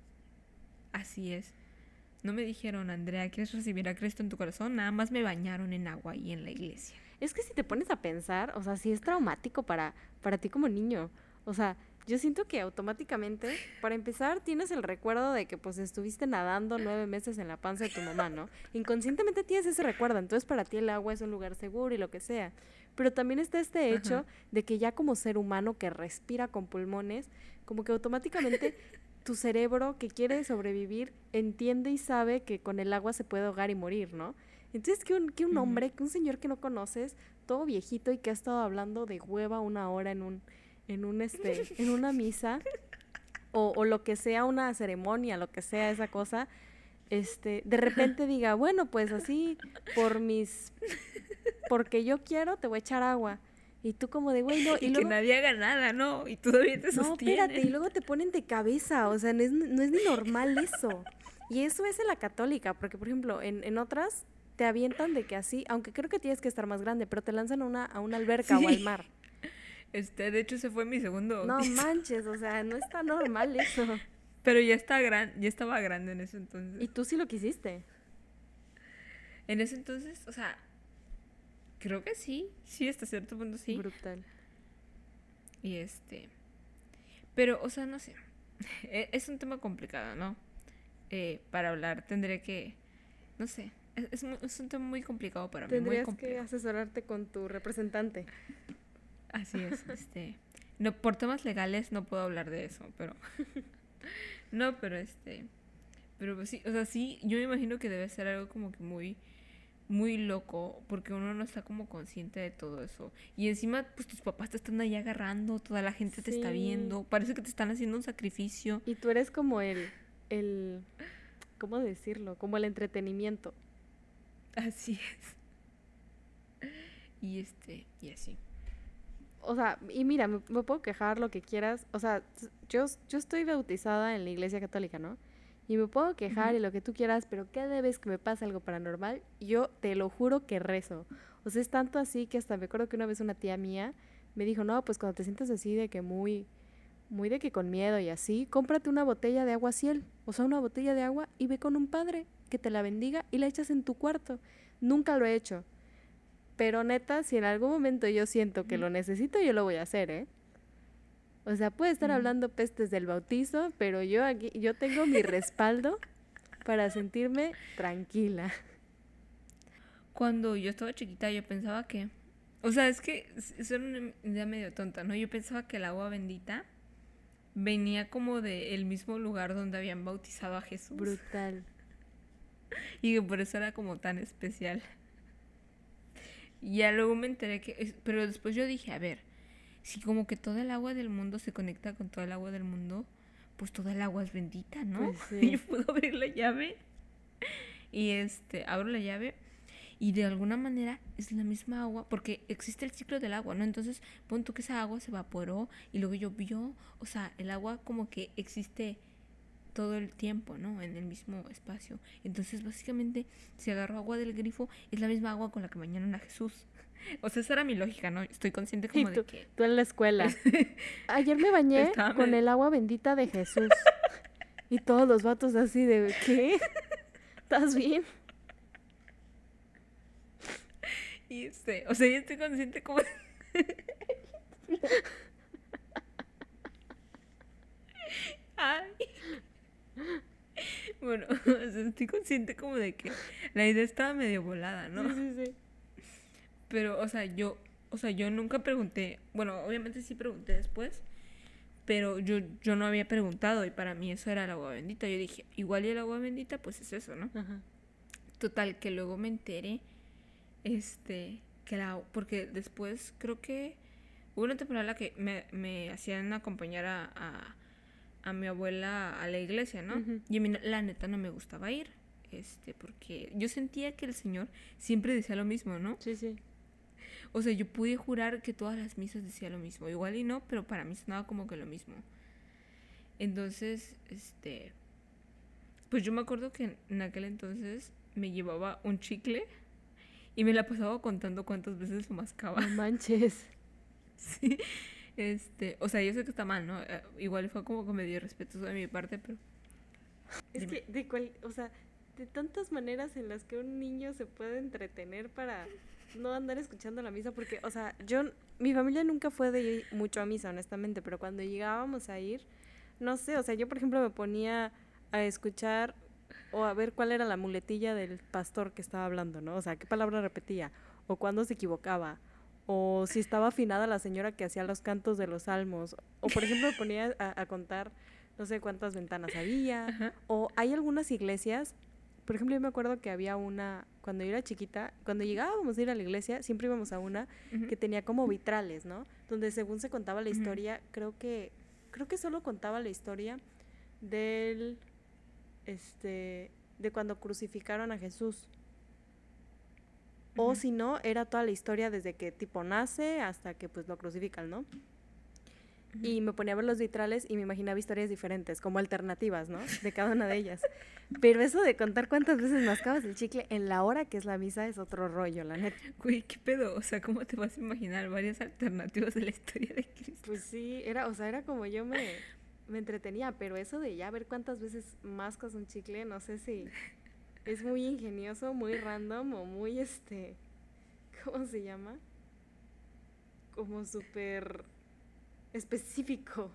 Así es. No me dijeron, Andrea, ¿quieres recibir a Cristo en tu corazón? Nada más me bañaron en agua y en la iglesia. Es que si te pones a pensar, o sea, sí es traumático para, para ti como niño. O sea, yo siento que automáticamente, para empezar, tienes el recuerdo de que pues estuviste nadando nueve meses en la panza de tu mamá, ¿no? Inconscientemente tienes ese recuerdo, entonces para ti el agua es un lugar seguro y lo que sea. Pero también está este hecho Ajá. de que ya como ser humano que respira con pulmones, como que automáticamente tu cerebro que quiere sobrevivir entiende y sabe que con el agua se puede ahogar y morir, ¿no? Entonces que un, que un Ujú. hombre, que un señor que no conoces, todo viejito y que ha estado hablando de hueva una hora en un, en un este, en una misa, o, o lo que sea, una ceremonia, lo que sea esa cosa, este, de repente diga, bueno, pues así, por mis, porque yo quiero, te voy a echar agua. Y tú como de, güey, no, Y, y que luego, nadie haga nada, ¿no? Y todavía te no, sostienen. espérate, y luego te ponen de cabeza, o sea, no es, no es ni normal eso. Y eso es en la católica, porque por ejemplo, en, en otras te avientan de que así, aunque creo que tienes que estar más grande, pero te lanzan a una, a una alberca Sí. o al mar. Este, de hecho, ese fue mi segundo No bautizo. manches, o sea, no está normal eso. Pero ya está gran, ya estaba grande en ese entonces. Y tú sí lo quisiste. En ese entonces, o sea, creo que sí, sí, hasta cierto punto sí. Brutal. Y este, pero, o sea, no sé, E- es un tema complicado, ¿no? Eh, para hablar tendré que, no sé, es, es, mu- es un tema muy complicado para mí, muy Tendrías que complejo. asesorarte con tu representante. Así es, este, no, por temas legales no puedo hablar de eso, pero, no, pero este, pero pues sí, o sea, sí, yo me imagino que debe ser algo como que muy, muy loco, porque uno no está como consciente de todo eso. Y encima, pues tus papás te están ahí agarrando, toda la gente te está Sí. viendo, parece que te están haciendo un sacrificio. Y tú eres como el, el, ¿cómo decirlo? Como el entretenimiento. Así es. Y este, y así. O sea, y mira, me, me puedo quejar lo que quieras. O sea, s- yo, s- yo estoy bautizada en la iglesia católica, ¿no? Y me puedo quejar Ujú. y lo que tú quieras, pero cada vez que me pasa algo paranormal, yo te lo juro que rezo. O sea, es tanto así que hasta me acuerdo que una vez una tía mía me dijo, no, pues cuando te sientas así de que muy, muy de que con miedo y así, cómprate una botella de agua ciel. O sea, una botella de agua y ve con un padre que te la bendiga y la echas en tu cuarto. Nunca lo he hecho. Pero neta, si en algún momento yo siento que Ujú. lo necesito, yo lo voy a hacer, ¿eh? O sea, puede estar Ujú. hablando pestes del bautizo, pero yo aquí, yo tengo mi respaldo para sentirme tranquila. Cuando yo estaba chiquita, yo pensaba que, o sea, es que es es una idea medio tonta, ¿no? Yo pensaba que el agua bendita venía como de el mismo lugar donde habían bautizado a Jesús Brutal. y que por eso era como tan especial. Y ya luego me enteré que, es- pero después yo dije, a ver, si como que toda el agua del mundo se conecta con toda el agua del mundo, pues toda el agua es bendita, ¿no? Pues sí. Yo puedo abrir la llave y este, abro la llave y de alguna manera es la misma agua, porque existe el ciclo del agua, ¿no? Entonces, pon tú que esa agua se evaporó y luego llovió, o sea, el agua como que existe todo el tiempo, ¿no? En el mismo espacio. Entonces, básicamente, si agarro agua del grifo, es la misma agua con la que bañaron a Jesús. O sea, esa era mi lógica, ¿no? Estoy consciente como tú, de que... Tú en la escuela. Ayer me bañé Estaba con med- el agua bendita de Jesús. Y todos los vatos así de, ¿qué? ¿Estás bien? Y este, o sea, yo estoy consciente como... Ay. Bueno, o sea, estoy consciente como de que la idea estaba medio volada, ¿no? Sí, sí, sí. Pero, o sea, yo, o sea, yo nunca pregunté, bueno, obviamente sí pregunté después, pero yo, yo no había preguntado y para mí eso era el agua bendita. Yo dije, igual y el agua bendita, pues es eso, ¿no? Ajá. Total, que luego me enteré, este, que la, porque después creo que hubo una temporada en la que me, me hacían acompañar a, a, a mi abuela a la iglesia, ¿no? Ujú. Y a mí, la neta, no me gustaba ir, este, porque yo sentía que el Señor siempre decía lo mismo, ¿no? Sí, sí. O sea, yo pude jurar que todas las misas decían lo mismo. Igual y no, pero para mí sonaba como que lo mismo. Entonces, este... Pues yo me acuerdo que en aquel entonces me llevaba un chicle y me la pasaba contando cuántas veces lo mascaba. No manches. Sí. Este... O sea, yo sé que está mal, ¿no? Eh, igual fue como que medio irrespetuoso de mi parte, pero... Es Dime. que de cual, o sea, de tantas maneras en las que un niño se puede entretener para no andar escuchando la misa, porque, o sea, yo, mi familia nunca fue de ir mucho a misa, honestamente, pero cuando llegábamos a ir, no sé, o sea, yo por ejemplo me ponía a escuchar o a ver cuál era la muletilla del pastor que estaba hablando, ¿no? O sea, qué palabra repetía, o cuándo se equivocaba, o si estaba afinada la señora que hacía los cantos de los salmos, o por ejemplo me ponía a, a contar no sé cuántas ventanas había, Ajá. o hay algunas iglesias, por ejemplo yo me acuerdo que había una, cuando yo era chiquita, cuando llegábamos a ir a la iglesia, siempre íbamos a una Ujú. que tenía como vitrales, ¿no? Donde según se contaba la Ujú. historia, creo que, creo que solo contaba la historia del, este, de cuando crucificaron a Jesús. O Ujú. si no, era toda la historia desde que tipo nace hasta que pues lo crucifican, ¿no? Y me ponía a ver los vitrales y me imaginaba historias diferentes, como alternativas, ¿no? De cada una de ellas. Pero eso de contar cuántas veces mascabas el chicle en la hora que es la misa es otro rollo, la neta. Güey, ¿qué pedo? O sea, ¿cómo te vas a imaginar varias alternativas de la historia de Cristo? Pues sí, era, o sea, era como yo me, me entretenía, pero eso de ya ver cuántas veces mascas un chicle, no sé si es muy ingenioso, muy random o muy, este, ¿cómo se llama? Como súper específico.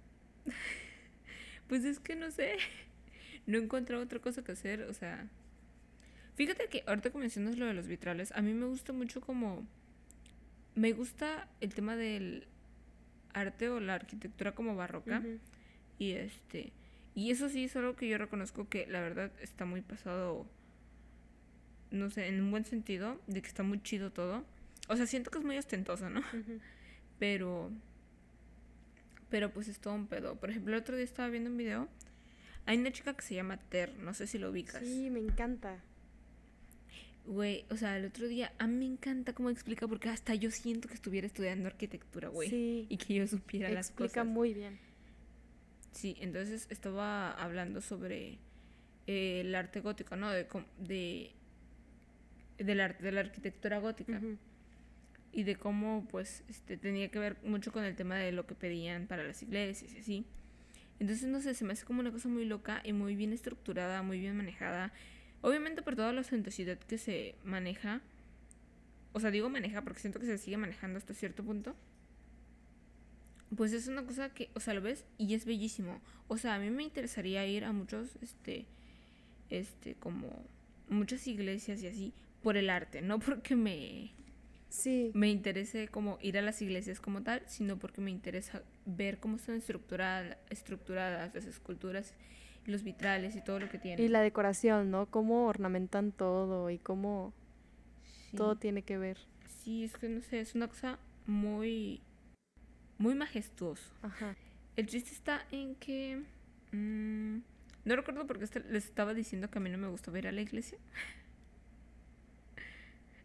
Pues es que no sé, no he encontrado otra cosa que hacer, o sea... Fíjate que ahorita que mencionas lo de los vitrales, a mí me gusta mucho como... Me gusta el tema del arte o la arquitectura como barroca. Ujú. Y este... Y eso sí es algo que yo reconozco que la verdad está muy pasado... No sé, en un buen sentido, de que está muy chido todo. O sea, siento que es muy ostentoso, ¿no? Ujú. Pero... Pero pues es todo un pedo. Por ejemplo, el otro día estaba viendo un video. Hay una chica que se llama Ter, no sé si lo ubicas. Sí, me encanta. Güey, o sea, el otro día a mí me encanta cómo explica porque hasta yo siento que estuviera estudiando arquitectura, güey. Sí, Y que yo supiera las explica cosas. muy bien. Sí, entonces estaba hablando sobre eh, el arte gótico, ¿no? De, com- de, del arte, de la arquitectura gótica. Ujú. Y de cómo, pues, este, tenía que ver mucho con el tema de lo que pedían para las iglesias y así. Entonces, no sé, se me hace como una cosa muy loca y muy bien estructurada, muy bien manejada. Obviamente por toda la autenticidad que se maneja. O sea, digo maneja porque siento que se sigue manejando hasta cierto punto. Pues es una cosa que, o sea, lo ves y es bellísimo. O sea, a mí me interesaría ir a muchos, este, este, como muchas iglesias y así, por el arte, no porque me, Sí. me interese como ir a las iglesias como tal, sino porque me interesa ver cómo están estructuradas, estructuradas las esculturas, los vitrales y todo lo que tienen. Y la decoración, ¿no? Cómo ornamentan todo y cómo Sí. todo tiene que ver. Sí, es que no sé, es una cosa muy, muy majestuoso. Ajá. El chiste está en que... mmm, no recuerdo por qué este- les estaba diciendo que a mí no me gustaba ir a la iglesia.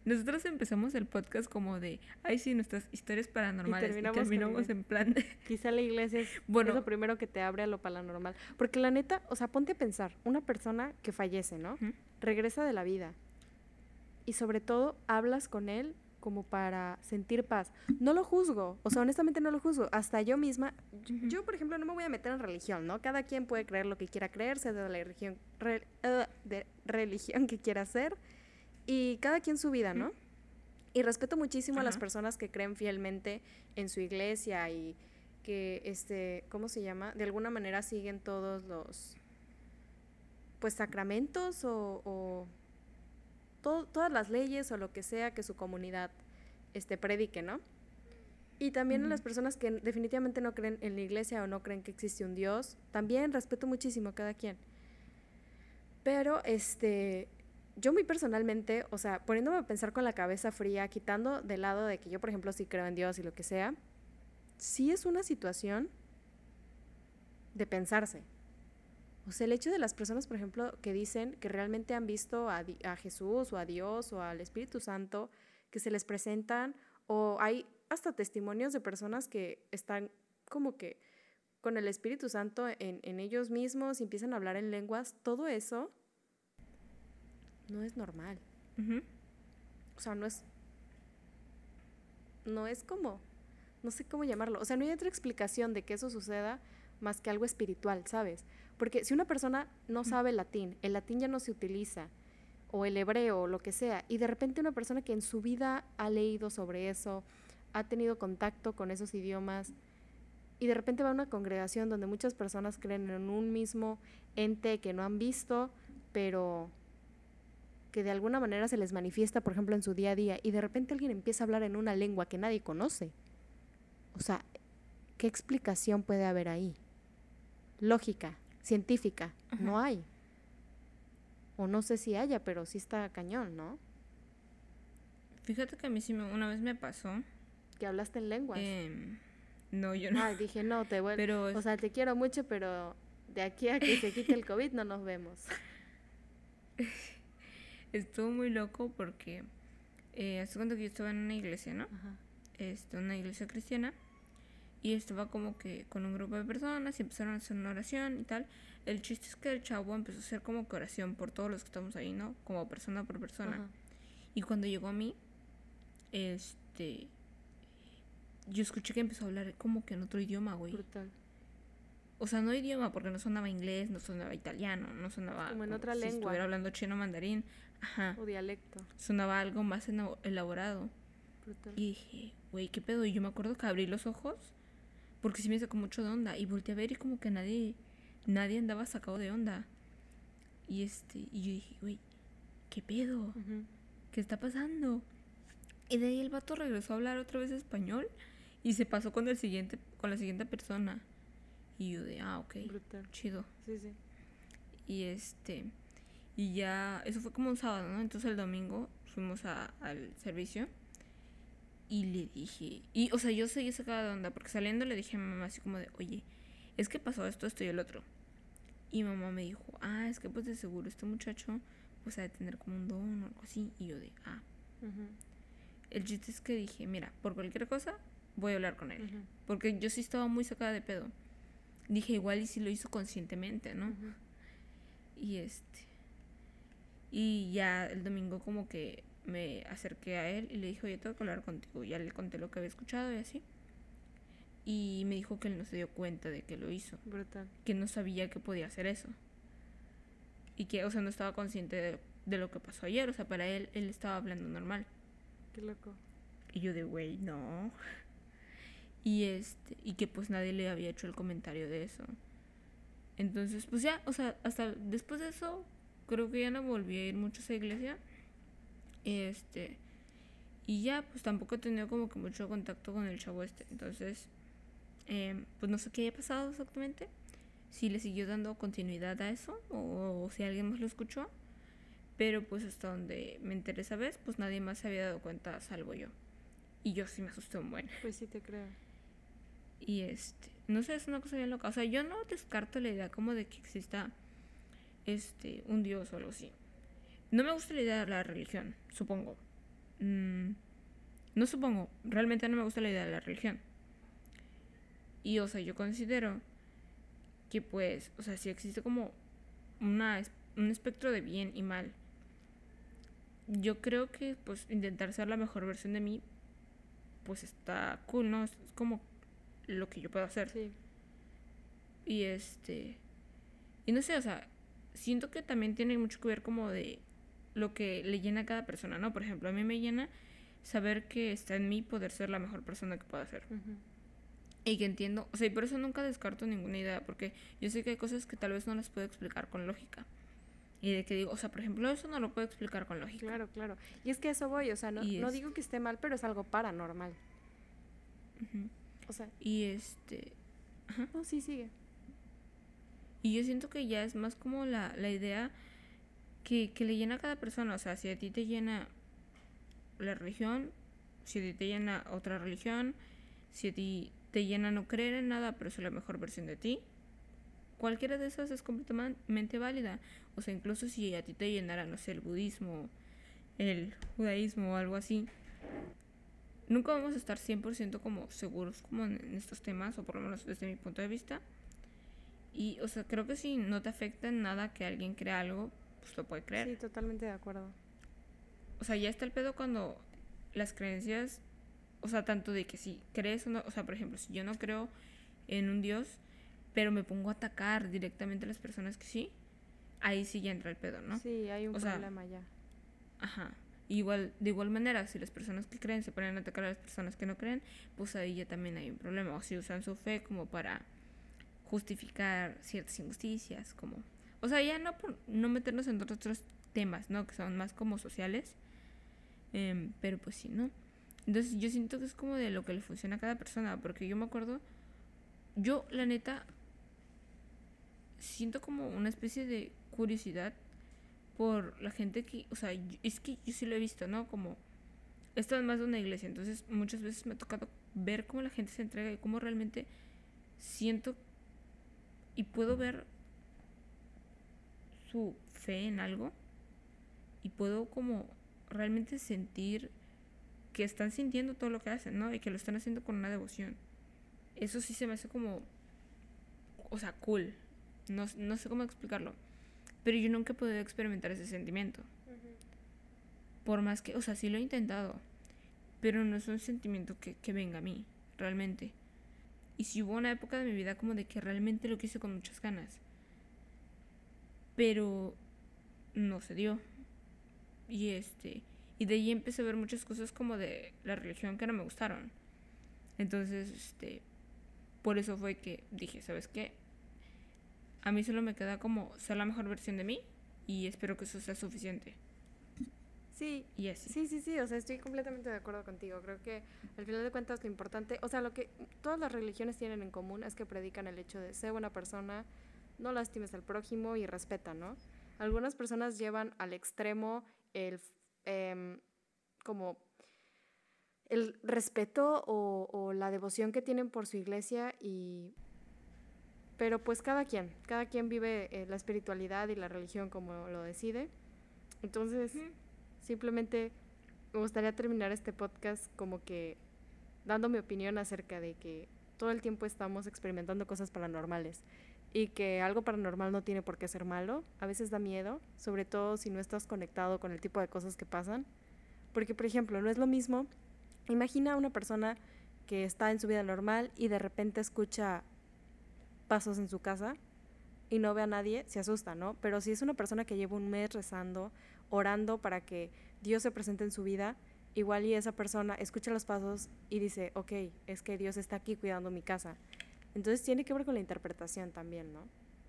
nosotros empezamos el podcast como de, ay sí, nuestras historias paranormales. Y terminamos, y terminamos en plan de... Quizá la iglesia es, bueno, es lo primero que te abre a lo paranormal. Porque la neta, o sea, ponte a pensar, una persona que fallece, ¿no? ¿Mm? Regresa de la vida. Y sobre todo, hablas con él como para sentir paz. No lo juzgo, o sea, honestamente no lo juzgo. Hasta yo misma, Uh-huh. yo, por ejemplo, no me voy a meter en religión, ¿no? Cada quien puede creer lo que quiera creer, sea de la religión, re, uh, de religión que quiera hacer, y cada quien su vida, ¿no? Uh-huh. Y respeto muchísimo uh-huh. a las personas que creen fielmente en su iglesia y que, este, ¿cómo se llama? De alguna manera siguen todos los, pues, sacramentos o... o Todo, todas las leyes o lo que sea que su comunidad este, predique, ¿no? Y también uh-huh. a las personas que definitivamente no creen en la iglesia o no creen que existe un Dios, también respeto muchísimo a cada quien. Pero, este, yo muy personalmente, o sea, poniéndome a pensar con la cabeza fría, quitando de lado de que yo, por ejemplo, sí creo en Dios y lo que sea, sí es una situación de pensarse. O sea, el hecho de las personas, por ejemplo, que dicen que realmente han visto a, a Jesús o a Dios o al Espíritu Santo, que se les presentan, o hay hasta testimonios de personas que están como que con el Espíritu Santo en, en ellos mismos y empiezan a hablar en lenguas, todo eso no es normal. Uh-huh. O sea, no es, no es como, no sé cómo llamarlo. O sea, no hay otra explicación de que eso suceda más que algo espiritual, ¿sabes? Porque si una persona no sabe latín, el latín ya no se utiliza, o el hebreo, o lo que sea, y de repente una persona que en su vida ha leído sobre eso, ha tenido contacto con esos idiomas, y de repente va a una congregación donde muchas personas creen en un mismo ente que no han visto, pero que de alguna manera se les manifiesta, por ejemplo, en su día a día, y de repente alguien empieza a hablar en una lengua que nadie conoce. O sea, ¿qué explicación puede haber ahí? Lógica, científica, uh-huh. no hay. O no sé si haya, pero sí está cañón, ¿no? Fíjate que a mí sí me, una vez me pasó. ¿Que hablaste en lenguas? Eh, no, yo no. Ah, dije, no, te vuelvo. Pero es... O sea, te quiero mucho, pero de aquí a que se quite el COVID no nos vemos. Estuvo muy loco porque eh, hace cuando que yo estaba en una iglesia, ¿no? Ajá. Este, una iglesia cristiana. Y estaba como que con un grupo de personas y empezaron a hacer una oración y tal. El chiste es que el chavo empezó a hacer como que oración por todos los que estamos ahí, ¿no? Como persona por persona. Ajá. Y cuando llegó a mí, este... yo escuché que empezó a hablar como que en otro idioma, güey. Brutal. O sea, no idioma, porque no sonaba inglés, no sonaba italiano, no sonaba... Como en como otra si lengua. estuviera hablando chino mandarín. Ajá. O dialecto. Sonaba algo más elaborado. Brutal. Y dije, güey, ¿qué pedo? Y yo me acuerdo que abrí los ojos... porque sí me sacó mucho de onda. Y volteé a ver y como que nadie... Nadie andaba sacado de onda. Y este... Y yo dije, güey, ¿qué pedo? Uh-huh. ¿Qué está pasando? Y de ahí el vato regresó a hablar otra vez español. Y se pasó con el siguiente... Con la siguiente persona. Y yo de, ah, ok. Brutal. Chido. Sí, sí. Y este... Y ya... Eso fue como un sábado, ¿no? Entonces el domingo fuimos a, al servicio. Y le dije... Y, o sea, yo seguí sacada de onda. Porque saliendo le dije a mi mamá así como de... Oye, es que pasó esto, esto y el otro. Y mi mamá me dijo... Ah, es que pues de seguro este muchacho... Pues ha de tener como un don o algo así. Y yo de... Ah. Uh-huh. El chiste es que dije... Mira, por cualquier cosa... Voy a hablar con él. Uh-huh. Porque yo sí estaba muy sacada de pedo. Dije, igual y si lo hizo conscientemente, ¿no? Uh-huh. Y este... Y ya el domingo como que... me acerqué a él y le dije, oye, tengo que hablar contigo. Ya le conté lo que había escuchado y así. Y me dijo que él no se dio cuenta de que lo hizo. Brutal. Que no sabía que podía hacer eso. Y que, o sea, no estaba consciente de, de lo que pasó ayer. O sea, para él, él estaba hablando normal. Qué loco. Y yo de, güey, no. Y este, y que pues nadie le había hecho el comentario de eso. Entonces, pues ya, o sea, hasta después de eso, creo que ya no volví a ir mucho a esa iglesia. Este, y ya, pues tampoco he tenido como que mucho contacto con el chavo este. Entonces, eh, pues no sé qué haya pasado exactamente. Si le siguió dando continuidad a eso o, o si alguien más lo escuchó. Pero pues hasta donde me enteré esa vez, pues nadie más se había dado cuenta salvo yo. Y yo sí me asusté un buen. Pues sí te creo. Y este, no sé, es una cosa bien loca. O sea, yo no descarto la idea como de que exista este un dios o algo así. No me gusta la idea de la religión, supongo. mmm, no supongo, realmente no me gusta la idea de la religión. Y, o sea, yo considero que, pues, o sea, si existe como una, un espectro de bien y mal, yo creo que, pues, intentar ser la mejor versión de mí, pues, está cool, ¿no? Es como lo que yo puedo hacer. Sí. Y, este... Y no sé, o sea, siento que también tiene mucho que ver como de lo que le llena a cada persona, ¿no? Por ejemplo, a mí me llena saber que está en mí poder ser la mejor persona que pueda ser. Uh-huh. Y que entiendo, o sea, y por eso nunca descarto ninguna idea, porque yo sé que hay cosas que tal vez no las puedo explicar con lógica. Y de que digo, o sea, por ejemplo, eso no lo puedo explicar con lógica. Claro, claro. Y es que eso voy, o sea, no, no digo que esté mal, pero es algo paranormal. Uh-huh. O sea. Y este... Ajá. No, sí, sigue. Y yo siento que ya es más como la, la idea que, que le llena a cada persona. O sea, si a ti te llena la religión, si a ti te llena otra religión, si a ti te llena no creer en nada, pero ser la mejor versión de ti, cualquiera de esas es completamente válida. O sea, incluso si a ti te llenara, no sé, el budismo, el judaísmo o algo así, nunca vamos a estar cien por ciento como seguros como en, en estos temas, o por lo menos desde mi punto de vista. Y, o sea, creo que si no te afecta en nada que alguien crea algo, pues lo puede creer. Sí, totalmente de acuerdo. O sea, ya está el pedo cuando las creencias, o sea, tanto de que si crees o no, o sea, por ejemplo, si yo no creo en un Dios, pero me pongo a atacar directamente a las personas que sí, ahí sí ya entra el pedo, ¿no? Sí, hay un o problema sea, ya. Ajá. Igual, de igual manera, si las personas que creen se ponen a atacar a las personas que no creen, pues ahí ya también hay un problema. O si usan su fe como para justificar ciertas injusticias, como... O sea, ya no por no meternos en otros temas, ¿no? Que son más como sociales. Eh, pero pues sí, ¿no? Entonces yo siento que es como de lo que le funciona a cada persona. Porque yo me acuerdo... Yo, la neta... Siento como una especie de curiosidad por la gente que... O sea, yo, es que yo sí lo he visto, ¿no? Como... Esto es más de una iglesia. Entonces muchas veces me ha tocado ver cómo la gente se entrega y cómo realmente siento y puedo ver su fe en algo y puedo como realmente sentir que están sintiendo todo lo que hacen, ¿no? Y que lo están haciendo con una devoción. Eso sí se me hace como, o sea, cool. No, no sé cómo explicarlo, pero yo nunca he podido experimentar ese sentimiento. Uh-huh. Por más que, o sea, sí lo he intentado, pero no es un sentimiento que, que venga a mí, realmente. Y sí hubo una época de mi vida como de que realmente lo quise con muchas ganas. Pero no se dio. Y este... Y de ahí empecé a ver muchas cosas como de la religión que no me gustaron. Entonces, este... Por eso fue que dije, ¿sabes qué? A mí solo me queda como ser la mejor versión de mí. Y espero que eso sea suficiente. Sí, y así. sí, sí, sí, o sea, estoy completamente de acuerdo contigo. Creo que al final de cuentas lo importante, o sea, lo que todas las religiones tienen en común es que predican el hecho de ser buena persona, no lastimes al prójimo y respeta, ¿no? Algunas personas llevan al extremo el, eh, como el respeto o, o la devoción que tienen por su iglesia y... Pero pues cada quien, cada quien vive eh, la espiritualidad y la religión como lo decide. Entonces... Uh-huh. Simplemente me gustaría terminar este podcast como que dando mi opinión acerca de que todo el tiempo estamos experimentando cosas paranormales y que algo paranormal no tiene por qué ser malo. A veces da miedo, sobre todo si no estás conectado con el tipo de cosas que pasan. Porque, por ejemplo, no es lo mismo. Imagina a una persona que está en su vida normal y de repente escucha pasos en su casa y no ve a nadie, se asusta, ¿no? Pero si es una persona que lleva un mes rezando, orando para que Dios se presente en su vida, igual y esa persona escucha los pasos y dice, ok, es que Dios está aquí cuidando mi casa. Entonces tiene que ver con la interpretación también, ¿no?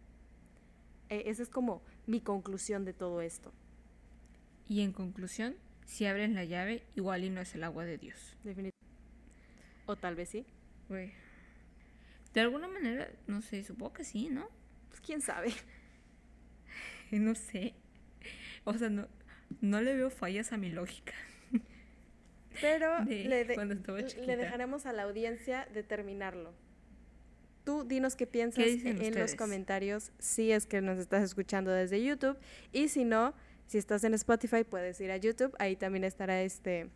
Eh, esa es como mi conclusión de todo esto. Y en conclusión, si abres la llave, igual y no es el agua de Dios. Definitivamente. O tal vez sí. Güey. De alguna manera, no sé, supongo que sí, ¿no? Pues quién sabe. No sé. O sea, no, no le veo fallas a mi lógica. Pero de le, de, cuando estaba chiquita. Le dejaremos a la audiencia determinarlo. Tú dinos qué piensas ¿Qué en ustedes? Los comentarios, si es que nos estás escuchando desde YouTube. Y si no, si estás en Spotify, puedes ir a YouTube. Ahí también estará este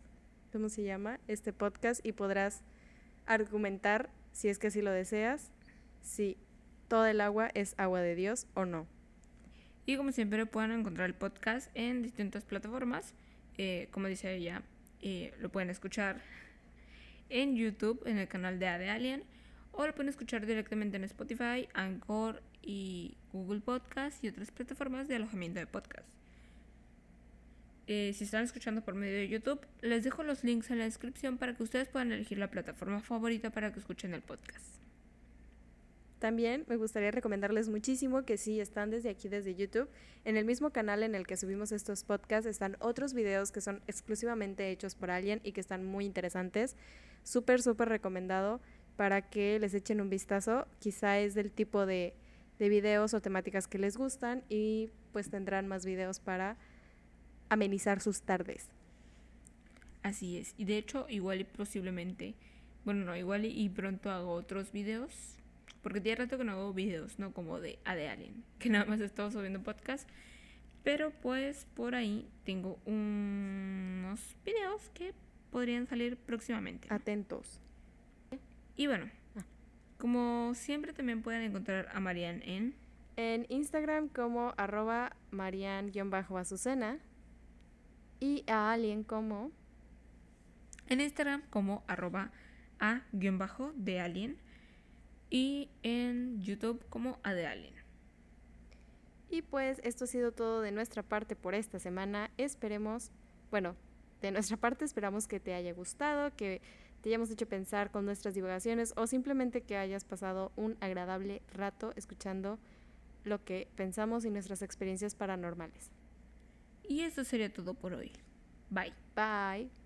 ¿cómo se llama? Este podcast y podrás argumentar, si es que así lo deseas, si toda el agua es agua de Dios o no. Y como siempre pueden encontrar el podcast en distintas plataformas. Eh, como dice ella, eh, lo pueden escuchar en YouTube, en el canal de A de Alien, o lo pueden escuchar directamente en Spotify, Anchor y Google Podcast y otras plataformas de alojamiento de podcast. Eh, si están escuchando por medio de YouTube, les dejo los links en la descripción para que ustedes puedan elegir la plataforma favorita para que escuchen el podcast. También me gustaría recomendarles muchísimo que si están desde aquí, desde YouTube, en el mismo canal en el que subimos estos podcasts están otros videos que son exclusivamente hechos por Alien y que están muy interesantes. Súper, súper recomendado para que les echen un vistazo. Quizá es del tipo de, de videos o temáticas que les gustan y pues tendrán más videos para amenizar sus tardes. Así es. Y de hecho, igual y posiblemente, bueno, no, igual y, y pronto hago otros videos, porque tiene rato que no hago videos, no como de A de Alien, que nada más he estado subiendo podcast. Pero pues por ahí tengo unos videos que podrían salir próximamente. Atentos. Y bueno, Ah. como siempre también pueden encontrar a Marian en... En Instagram como arroba marian-azucena y a Alien como... En Instagram como arroba a-de alien y en YouTube como A de Alien. Y pues esto ha sido todo de nuestra parte por esta semana. Esperemos, bueno, de nuestra parte esperamos que te haya gustado, que te hayamos hecho pensar con nuestras divagaciones o simplemente que hayas pasado un agradable rato escuchando lo que pensamos y nuestras experiencias paranormales. Y eso sería todo por hoy. Bye. Bye.